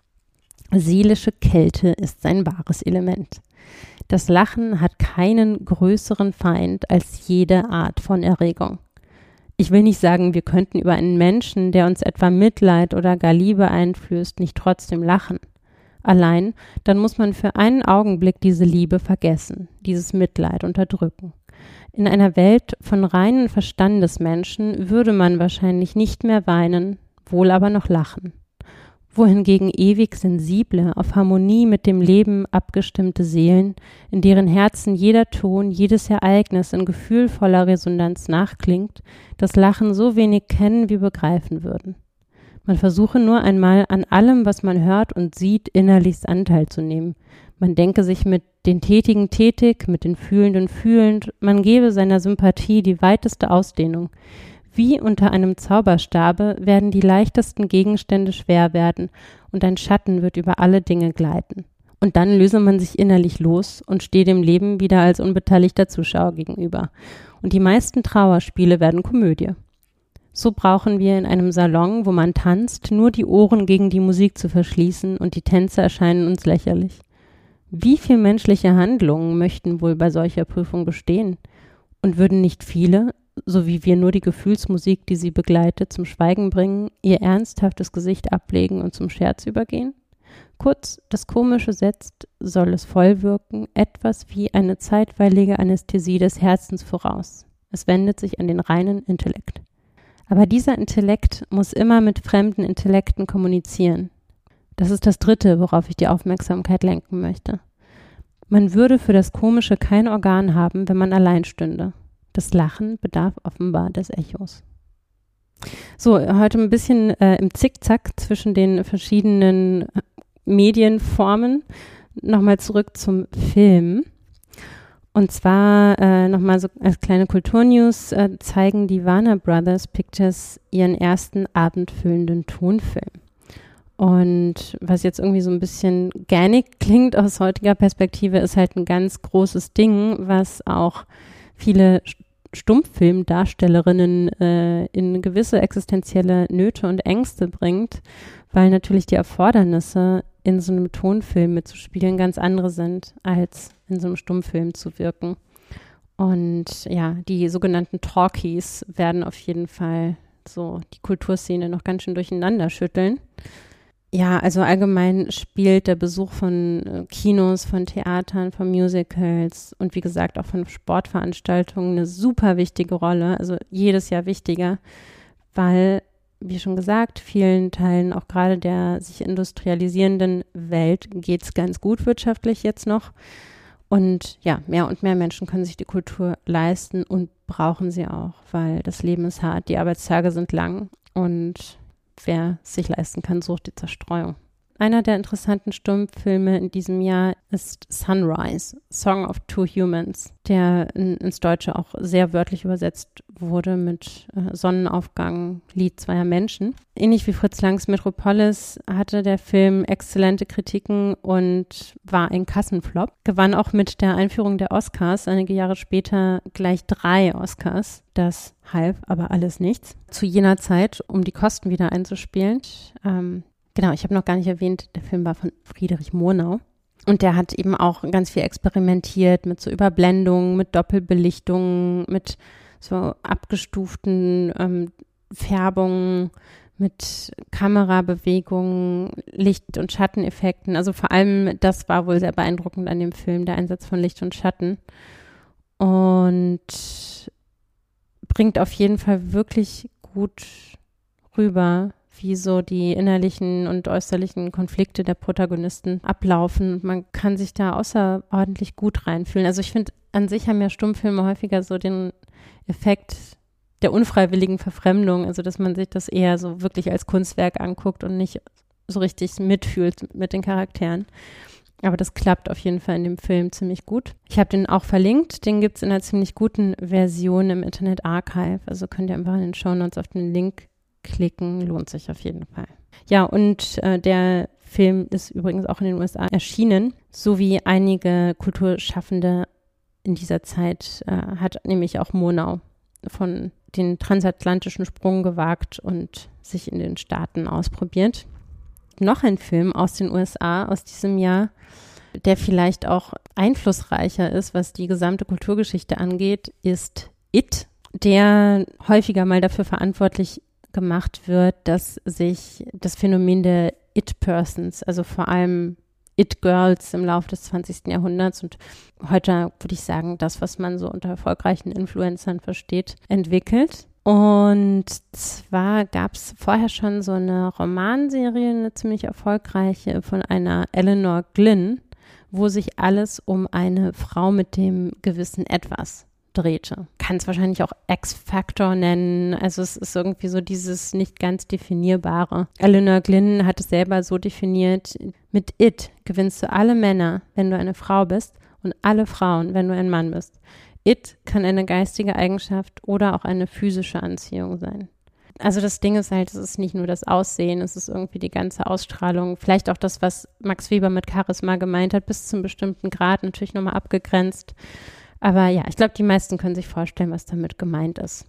Seelische Kälte ist sein wahres Element. Das Lachen hat keinen größeren Feind als jede Art von Erregung. Ich will nicht sagen, wir könnten über einen Menschen, der uns etwa Mitleid oder gar Liebe einflößt, nicht trotzdem lachen. Allein, dann muss man für einen Augenblick diese Liebe vergessen, dieses Mitleid unterdrücken. In einer Welt von reinen Verstandesmenschen würde man wahrscheinlich nicht mehr weinen, wohl aber noch lachen. Wohingegen ewig sensible, auf Harmonie mit dem Leben abgestimmte Seelen, in deren Herzen jeder Ton, jedes Ereignis in gefühlvoller Resonanz nachklingt, das Lachen so wenig kennen wie begreifen würden. Man versuche nur einmal an allem, was man hört und sieht, innerlichst Anteil zu nehmen. Man denke sich mit den Tätigen tätig, mit den Fühlenden fühlend, man gebe seiner Sympathie die weiteste Ausdehnung. Wie unter einem Zauberstabe werden die leichtesten Gegenstände schwer werden und ein Schatten wird über alle Dinge gleiten. Und dann löse man sich innerlich los und stehe dem Leben wieder als unbeteiligter Zuschauer gegenüber. Und die meisten Trauerspiele werden Komödie. So brauchen wir in einem Salon, wo man tanzt, nur die Ohren gegen die Musik zu verschließen und die Tänze erscheinen uns lächerlich. Wie viel menschliche Handlungen möchten wohl bei solcher Prüfung bestehen? Und würden nicht viele, so wie wir nur die Gefühlsmusik, die sie begleitet, zum Schweigen bringen, ihr ernsthaftes Gesicht ablegen und zum Scherz übergehen? Kurz, das Komische setzt, soll es voll wirken, etwas wie eine zeitweilige Anästhesie des Herzens voraus. Es wendet sich an den reinen Intellekt. Aber dieser Intellekt muss immer mit fremden Intellekten kommunizieren. Das ist das Dritte, worauf ich die Aufmerksamkeit lenken möchte. Man würde für das Komische kein Organ haben, wenn man allein stünde. Das Lachen bedarf offenbar des Echos. So, heute ein bisschen im Zickzack zwischen den verschiedenen Medienformen. Nochmal zurück zum Film. Und zwar nochmal so als kleine Kulturnews zeigen die Warner Brothers Pictures ihren ersten abendfüllenden Tonfilm. Und was jetzt irgendwie so ein bisschen gähnig klingt aus heutiger Perspektive, ist halt ein ganz großes Ding, was auch viele Stummfilmdarstellerinnen in gewisse existenzielle Nöte und Ängste bringt, weil natürlich die Erfordernisse in so einem Tonfilm mitzuspielen ganz andere sind, als in so einem Stummfilm zu wirken. Und ja, die sogenannten Talkies werden auf jeden Fall so die Kulturszene noch ganz schön durcheinander schütteln. Ja, also allgemein spielt der Besuch von Kinos, von Theatern, von Musicals und wie gesagt auch von Sportveranstaltungen eine super wichtige Rolle, also jedes Jahr wichtiger, weil, wie schon gesagt, vielen Teilen auch gerade der sich industrialisierenden Welt geht es ganz gut wirtschaftlich jetzt noch. Und ja, mehr und mehr Menschen können sich die Kultur leisten und brauchen sie auch, weil das Leben ist hart, die Arbeitstage sind lang und wer es sich leisten kann, sucht die Zerstreuung. Einer der interessanten Stummfilme in diesem Jahr ist Sunrise, Song of Two Humans, der ins Deutsche auch sehr wörtlich übersetzt wurde mit Sonnenaufgang, Lied zweier Menschen. Ähnlich wie Fritz Langs Metropolis hatte der Film exzellente Kritiken und war ein Kassenflop. Gewann auch mit der Einführung der Oscars einige Jahre später gleich 3 Oscars. Das half aber alles nichts. Zu jener Zeit, um die Kosten wieder einzuspielen. Genau, ich habe noch gar nicht erwähnt, der Film war von Friedrich Murnau und der hat eben auch ganz viel experimentiert mit so Überblendungen, mit Doppelbelichtungen, mit so abgestuften Färbungen, mit Kamerabewegungen, Licht- und Schatteneffekten. Also vor allem das war wohl sehr beeindruckend an dem Film, der Einsatz von Licht und Schatten. Und bringt auf jeden Fall wirklich gut rüber, wie so die innerlichen und äußerlichen Konflikte der Protagonisten ablaufen. Man kann sich da außerordentlich gut reinfühlen. Also ich finde, an sich haben ja Stummfilme häufiger so den Effekt der unfreiwilligen Verfremdung, also dass man sich das eher so wirklich als Kunstwerk anguckt und nicht so richtig mitfühlt mit den Charakteren. Aber das klappt auf jeden Fall in dem Film ziemlich gut. Ich habe den auch verlinkt, den gibt es in einer ziemlich guten Version im Internet Archive, also könnt ihr einfach in den Shownotes auf den Link klicken, lohnt sich auf jeden Fall. Ja, und der Film ist übrigens auch in den USA erschienen, sowie einige Kulturschaffende in dieser Zeit hat nämlich auch Murnau von den transatlantischen Sprung gewagt und sich in den Staaten ausprobiert. Noch ein Film aus den USA aus diesem Jahr, der vielleicht auch einflussreicher ist, was die gesamte Kulturgeschichte angeht, ist It, der häufiger mal dafür verantwortlich gemacht wird, dass sich das Phänomen der It-Persons, also vor allem It-Girls im Laufe des 20. Jahrhunderts und heute würde ich sagen, das, was man so unter erfolgreichen Influencern versteht, entwickelt. Und zwar gab es vorher schon so eine Romanserie, eine ziemlich erfolgreiche von einer Eleanor Glynn, wo sich alles um eine Frau mit dem gewissen Etwas drehte. Kann es wahrscheinlich auch X-Factor nennen. Also es ist irgendwie so dieses nicht ganz definierbare. Eleanor Glynn hat es selber so definiert, mit It gewinnst du alle Männer, wenn du eine Frau bist und alle Frauen, wenn du ein Mann bist. It kann eine geistige Eigenschaft oder auch eine physische Anziehung sein. Also das Ding ist halt, es ist nicht nur das Aussehen, es ist irgendwie die ganze Ausstrahlung, vielleicht auch das, was Max Weber mit Charisma gemeint hat, bis zu einem bestimmten Grad, natürlich nochmal abgegrenzt. Aber ja, ich glaube, die meisten können sich vorstellen, was damit gemeint ist.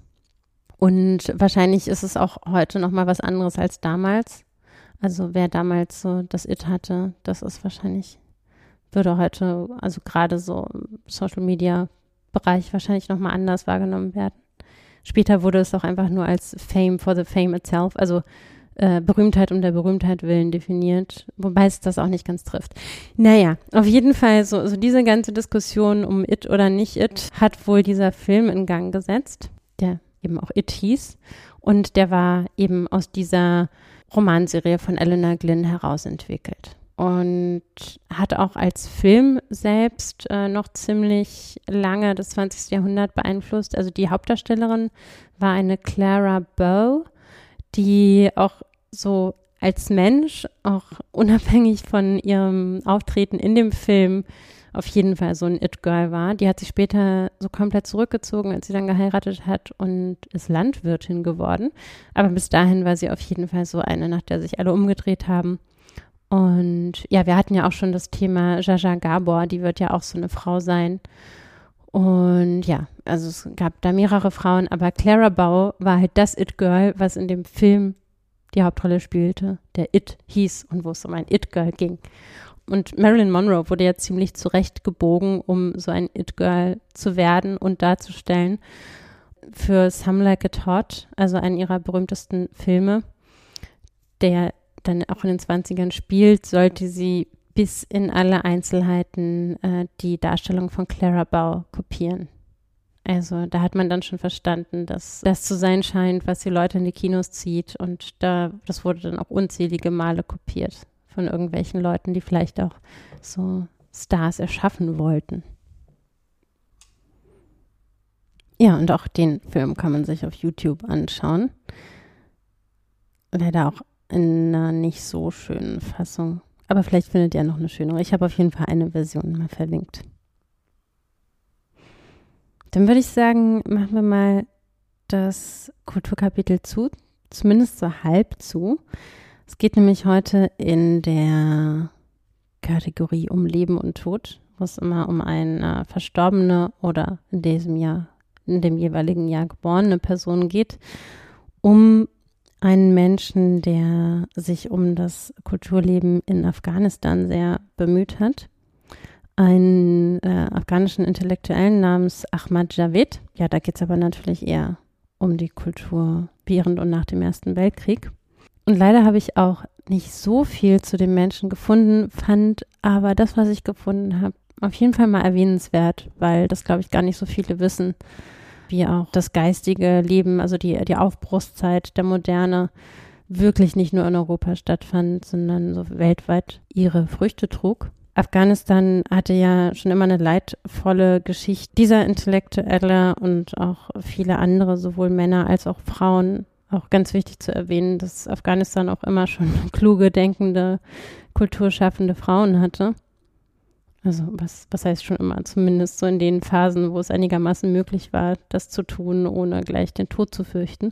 Und wahrscheinlich ist es auch heute nochmal was anderes als damals. Also wer damals so das It hatte, das ist wahrscheinlich, würde heute, also gerade so im Social-Media-Bereich wahrscheinlich nochmal anders wahrgenommen werden. Später wurde es auch einfach nur als Fame for the Fame itself, also Berühmtheit um der Berühmtheit willen definiert, wobei es das auch nicht ganz trifft. Naja, auf jeden Fall so diese ganze Diskussion um It oder nicht It hat wohl dieser Film in Gang gesetzt, der eben auch It hieß und der war eben aus dieser Romanserie von Eleanor Glynn herausentwickelt und hat auch als Film selbst noch ziemlich lange das 20. Jahrhundert beeinflusst. Also die Hauptdarstellerin war eine Clara Bow, die auch so als Mensch, auch unabhängig von ihrem Auftreten in dem Film, auf jeden Fall so ein It-Girl war. Die hat sich später so komplett zurückgezogen, als sie dann geheiratet hat und ist Landwirtin geworden. Aber bis dahin war sie auf jeden Fall so eine, nach der sich alle umgedreht haben. Und ja, wir hatten ja auch schon das Thema Zsa Gabor, die wird ja auch so eine Frau sein. Und ja, also es gab da mehrere Frauen, aber Clara Bow war halt das It-Girl, was in dem Film die Hauptrolle spielte, der It hieß und wo es um ein It-Girl ging. Und Marilyn Monroe wurde ja ziemlich zurechtgebogen, um so ein It-Girl zu werden und darzustellen für Some Like It Hot, also einen ihrer berühmtesten Filme, der dann auch in den 20ern spielt, sollte sie bis in alle Einzelheiten die Darstellung von Clara Bow kopieren. Also da hat man dann schon verstanden, dass das zu sein scheint, was die Leute in die Kinos zieht. Und das wurde dann auch unzählige Male kopiert von irgendwelchen Leuten, die vielleicht auch so Stars erschaffen wollten. Ja, und auch den Film kann man sich auf YouTube anschauen. Leider auch in einer nicht so schönen Fassung. Aber vielleicht findet ihr noch eine schönere. Ich habe auf jeden Fall eine Version mal verlinkt. Dann würde ich sagen, machen wir mal das Kulturkapitel zu, zumindest so halb zu. Es geht nämlich heute in der Kategorie um Leben und Tod, wo es immer um eine verstorbene oder in dem jeweiligen Jahr geborene Person geht, um einen Menschen, der sich um das Kulturleben in Afghanistan sehr bemüht hat. Einen afghanischen Intellektuellen namens Ahmad Javed. Ja, da geht es aber natürlich eher um die Kultur während und nach dem Ersten Weltkrieg. Und leider habe ich auch nicht so viel zu dem Menschen gefunden, fand aber das, was ich gefunden habe, auf jeden Fall mal erwähnenswert, weil das, glaube ich, gar nicht so viele wissen, wie auch das geistige Leben, also die Aufbruchszeit der Moderne wirklich nicht nur in Europa stattfand, sondern so weltweit ihre Früchte trug. Afghanistan hatte ja schon immer eine leidvolle Geschichte. Dieser Intellektuelle und auch viele andere, sowohl Männer als auch Frauen, auch ganz wichtig zu erwähnen, dass Afghanistan auch immer schon kluge, denkende, kulturschaffende Frauen hatte. Also was heißt schon immer, zumindest so in den Phasen, wo es einigermaßen möglich war, das zu tun, ohne gleich den Tod zu fürchten.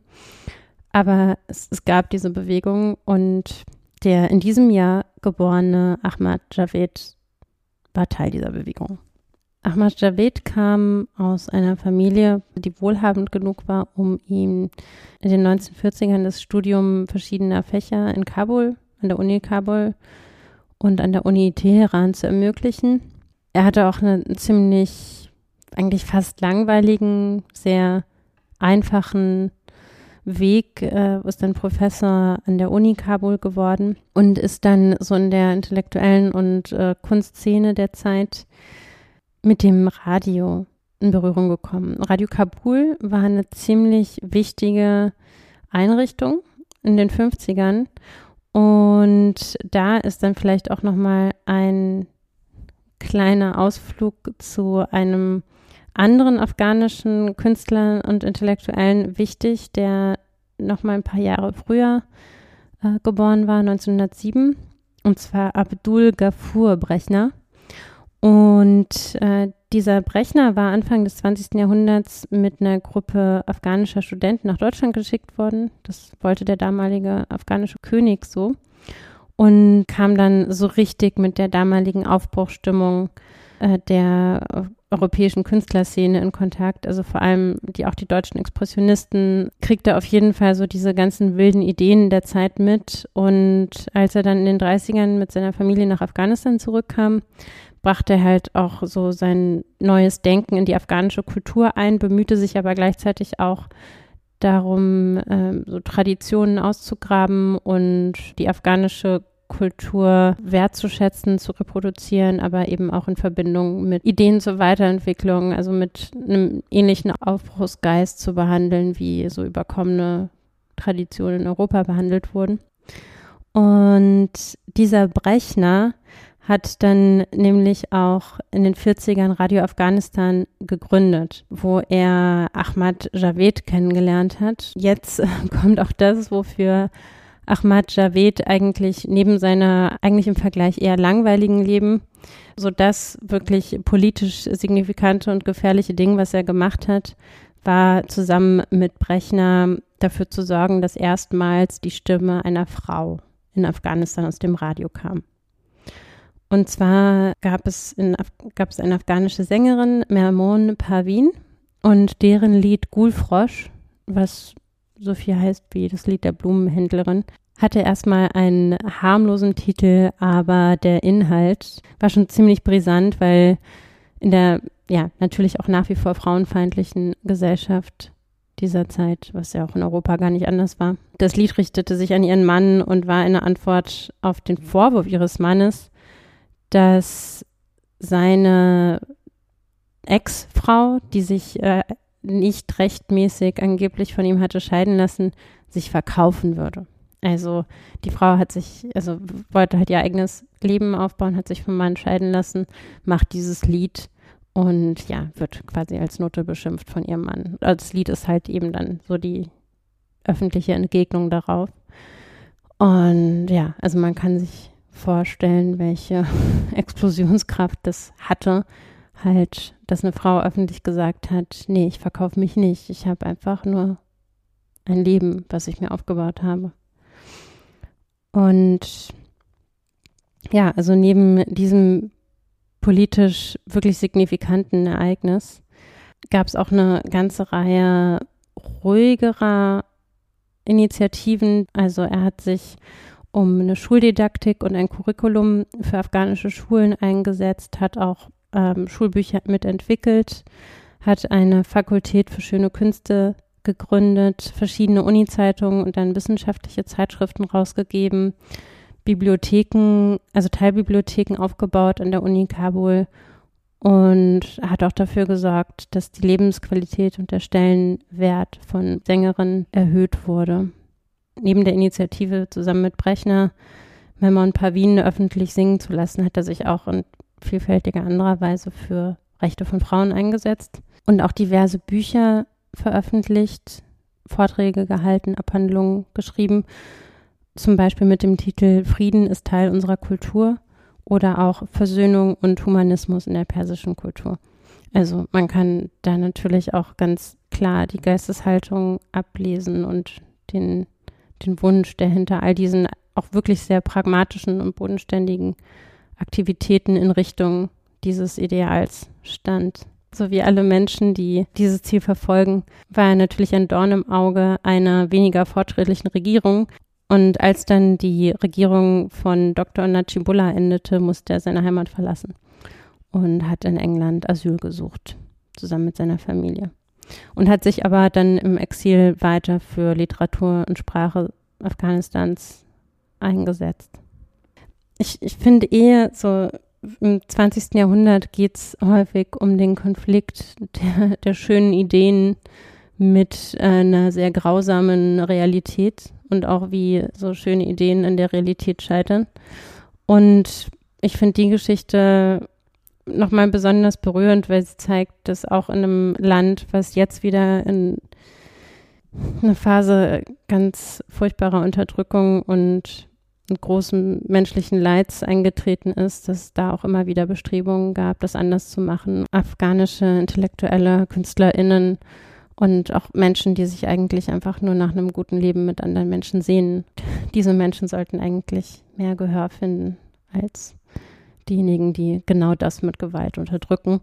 Aber es gab diese Bewegung und der in diesem Jahr geborene Ahmad Javed war Teil dieser Bewegung. Ahmad Javed kam aus einer Familie, die wohlhabend genug war, um ihm in den 1940ern das Studium verschiedener Fächer in Kabul, an der Uni Kabul und an der Uni Teheran zu ermöglichen. Er hatte auch einen ziemlich, eigentlich fast langweiligen, sehr einfachen Weg, ist dann Professor an der Uni Kabul geworden und ist dann so in der intellektuellen und Kunstszene der Zeit mit dem Radio in Berührung gekommen. Radio Kabul war eine ziemlich wichtige Einrichtung in den 50ern und da ist dann vielleicht auch nochmal ein kleiner Ausflug zu einem anderen afghanischen Künstler und Intellektuellen wichtig, der noch mal ein paar Jahre früher geboren war, 1907, und zwar Abdul Ghaffur Brechner. Und dieser Brechner war Anfang des 20. Jahrhunderts mit einer Gruppe afghanischer Studenten nach Deutschland geschickt worden. Das wollte der damalige afghanische König so. Und kam dann so richtig mit der damaligen Aufbruchsstimmung der europäischen Künstlerszene in Kontakt, also vor allem auch die deutschen Expressionisten, kriegte auf jeden Fall so diese ganzen wilden Ideen der Zeit mit. Und als er dann in den 30ern mit seiner Familie nach Afghanistan zurückkam, brachte er halt auch so sein neues Denken in die afghanische Kultur ein, bemühte sich aber gleichzeitig auch darum, so Traditionen auszugraben und die afghanische Kultur wertzuschätzen, zu reproduzieren, aber eben auch in Verbindung mit Ideen zur Weiterentwicklung, also mit einem ähnlichen Aufbruchsgeist zu behandeln, wie so überkommene Traditionen in Europa behandelt wurden. Und dieser Brechner hat dann nämlich auch in den 40ern Radio Afghanistan gegründet, wo er Ahmad Javed kennengelernt hat. Jetzt kommt auch das, wofür Ahmad Javed eigentlich neben seiner eigentlich im Vergleich eher langweiligen Leben, so das wirklich politisch signifikante und gefährliche Ding, was er gemacht hat, war zusammen mit Brechner dafür zu sorgen, dass erstmals die Stimme einer Frau in Afghanistan aus dem Radio kam. Und zwar gab es eine afghanische Sängerin, Mermoun Parvin, und deren Lied Gulfrosch, was so viel heißt wie das Lied der Blumenhändlerin, hatte erstmal einen harmlosen Titel, aber der Inhalt war schon ziemlich brisant, weil in der, ja, natürlich auch nach wie vor frauenfeindlichen Gesellschaft dieser Zeit, was ja auch in Europa gar nicht anders war. Das Lied richtete sich an ihren Mann und war eine Antwort auf den Vorwurf ihres Mannes, dass seine Ex-Frau, die sich nicht rechtmäßig angeblich von ihm hatte scheiden lassen, sich verkaufen würde. Also die Frau wollte halt ihr eigenes Leben aufbauen, hat sich vom Mann scheiden lassen, macht dieses Lied und ja, wird quasi als Nutte beschimpft von ihrem Mann. Das Lied ist halt eben dann so die öffentliche Entgegnung darauf. Und ja, also man kann sich vorstellen, welche Explosionskraft das hatte, halt, dass eine Frau öffentlich gesagt hat, nee, ich verkaufe mich nicht, ich habe einfach nur ein Leben, was ich mir aufgebaut habe. Und ja, also neben diesem politisch wirklich signifikanten Ereignis gab es auch eine ganze Reihe ruhigerer Initiativen. Also er hat sich um eine Schuldidaktik und ein Curriculum für afghanische Schulen eingesetzt, hat auch Schulbücher mitentwickelt, hat eine Fakultät für schöne Künste gegründet, verschiedene Uni-Zeitungen und dann wissenschaftliche Zeitschriften rausgegeben, Bibliotheken, also Teilbibliotheken aufgebaut an der Uni Kabul und hat auch dafür gesorgt, dass die Lebensqualität und der Stellenwert von Sängerinnen erhöht wurde. Neben der Initiative, zusammen mit Brechner, Memon Parvin öffentlich singen zu lassen, hat er sich auch in vielfältiger anderer Weise für Rechte von Frauen eingesetzt und auch diverse Bücher veröffentlicht, Vorträge gehalten, Abhandlungen geschrieben, zum Beispiel mit dem Titel Frieden ist Teil unserer Kultur oder auch Versöhnung und Humanismus in der persischen Kultur. Also man kann da natürlich auch ganz klar die Geisteshaltung ablesen und den Wunsch, der hinter all diesen auch wirklich sehr pragmatischen und bodenständigen Aktivitäten in Richtung dieses Ideals stand. So wie alle Menschen, die dieses Ziel verfolgen, war er natürlich ein Dorn im Auge einer weniger fortschrittlichen Regierung. Und als dann die Regierung von Dr. Najibullah endete, musste er seine Heimat verlassen und hat in England Asyl gesucht, zusammen mit seiner Familie. Und hat sich aber dann im Exil weiter für Literatur und Sprache Afghanistans eingesetzt. Ich finde so im 20. Jahrhundert geht es häufig um den Konflikt der schönen Ideen mit einer sehr grausamen Realität und auch wie so schöne Ideen in der Realität scheitern. Und ich finde die Geschichte nochmal besonders berührend, weil sie zeigt, dass auch in einem Land, was jetzt wieder in eine Phase ganz furchtbarer Unterdrückung und großen menschlichen Leids eingetreten ist, dass es da auch immer wieder Bestrebungen gab, das anders zu machen. Afghanische Intellektuelle, KünstlerInnen und auch Menschen, die sich eigentlich einfach nur nach einem guten Leben mit anderen Menschen sehen. Diese Menschen sollten eigentlich mehr Gehör finden als diejenigen, die genau das mit Gewalt unterdrücken.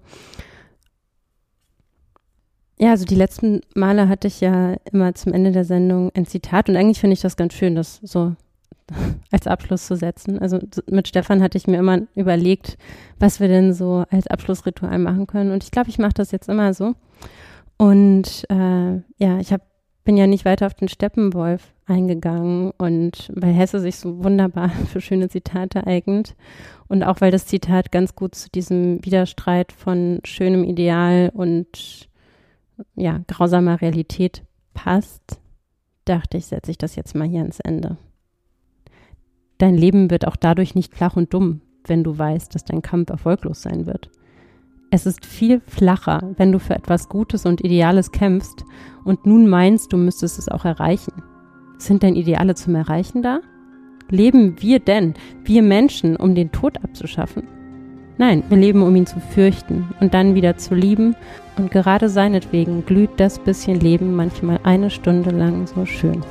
Ja, also die letzten Male hatte ich ja immer zum Ende der Sendung ein Zitat und eigentlich finde ich das ganz schön, das so als Abschluss zu setzen. Also mit Stefan hatte ich mir immer überlegt, was wir denn so als Abschlussritual machen können und ich glaube, ich mache das jetzt immer so. Und bin ja nicht weiter auf den Steppenwolf eingegangen und weil Hesse sich so wunderbar für schöne Zitate eignet und auch weil das Zitat ganz gut zu diesem Widerstreit von schönem Ideal und ja, grausamer Realität passt, dachte ich, setze ich das jetzt mal hier ans Ende. Dein Leben wird auch dadurch nicht flach und dumm, wenn du weißt, dass dein Kampf erfolglos sein wird. Es ist viel flacher, wenn du für etwas Gutes und Ideales kämpfst und nun meinst, du müsstest es auch erreichen. Sind denn Ideale zum Erreichen da? Leben wir denn, wir Menschen, um den Tod abzuschaffen? Nein, wir leben, um ihn zu fürchten und dann wieder zu lieben. Und gerade seinetwegen glüht das bisschen Leben manchmal eine Stunde lang so schön.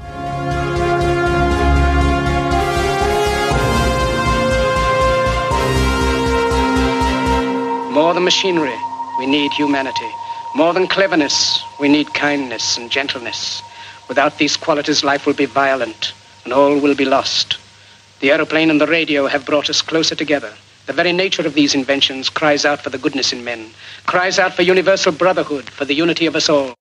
More than machinery, we need humanity. More than cleverness, we need kindness and gentleness. Without these qualities, life will be violent and all will be lost. The aeroplane and the radio have brought us closer together. The very nature of these inventions cries out for the goodness in men, cries out for universal brotherhood, for the unity of us all.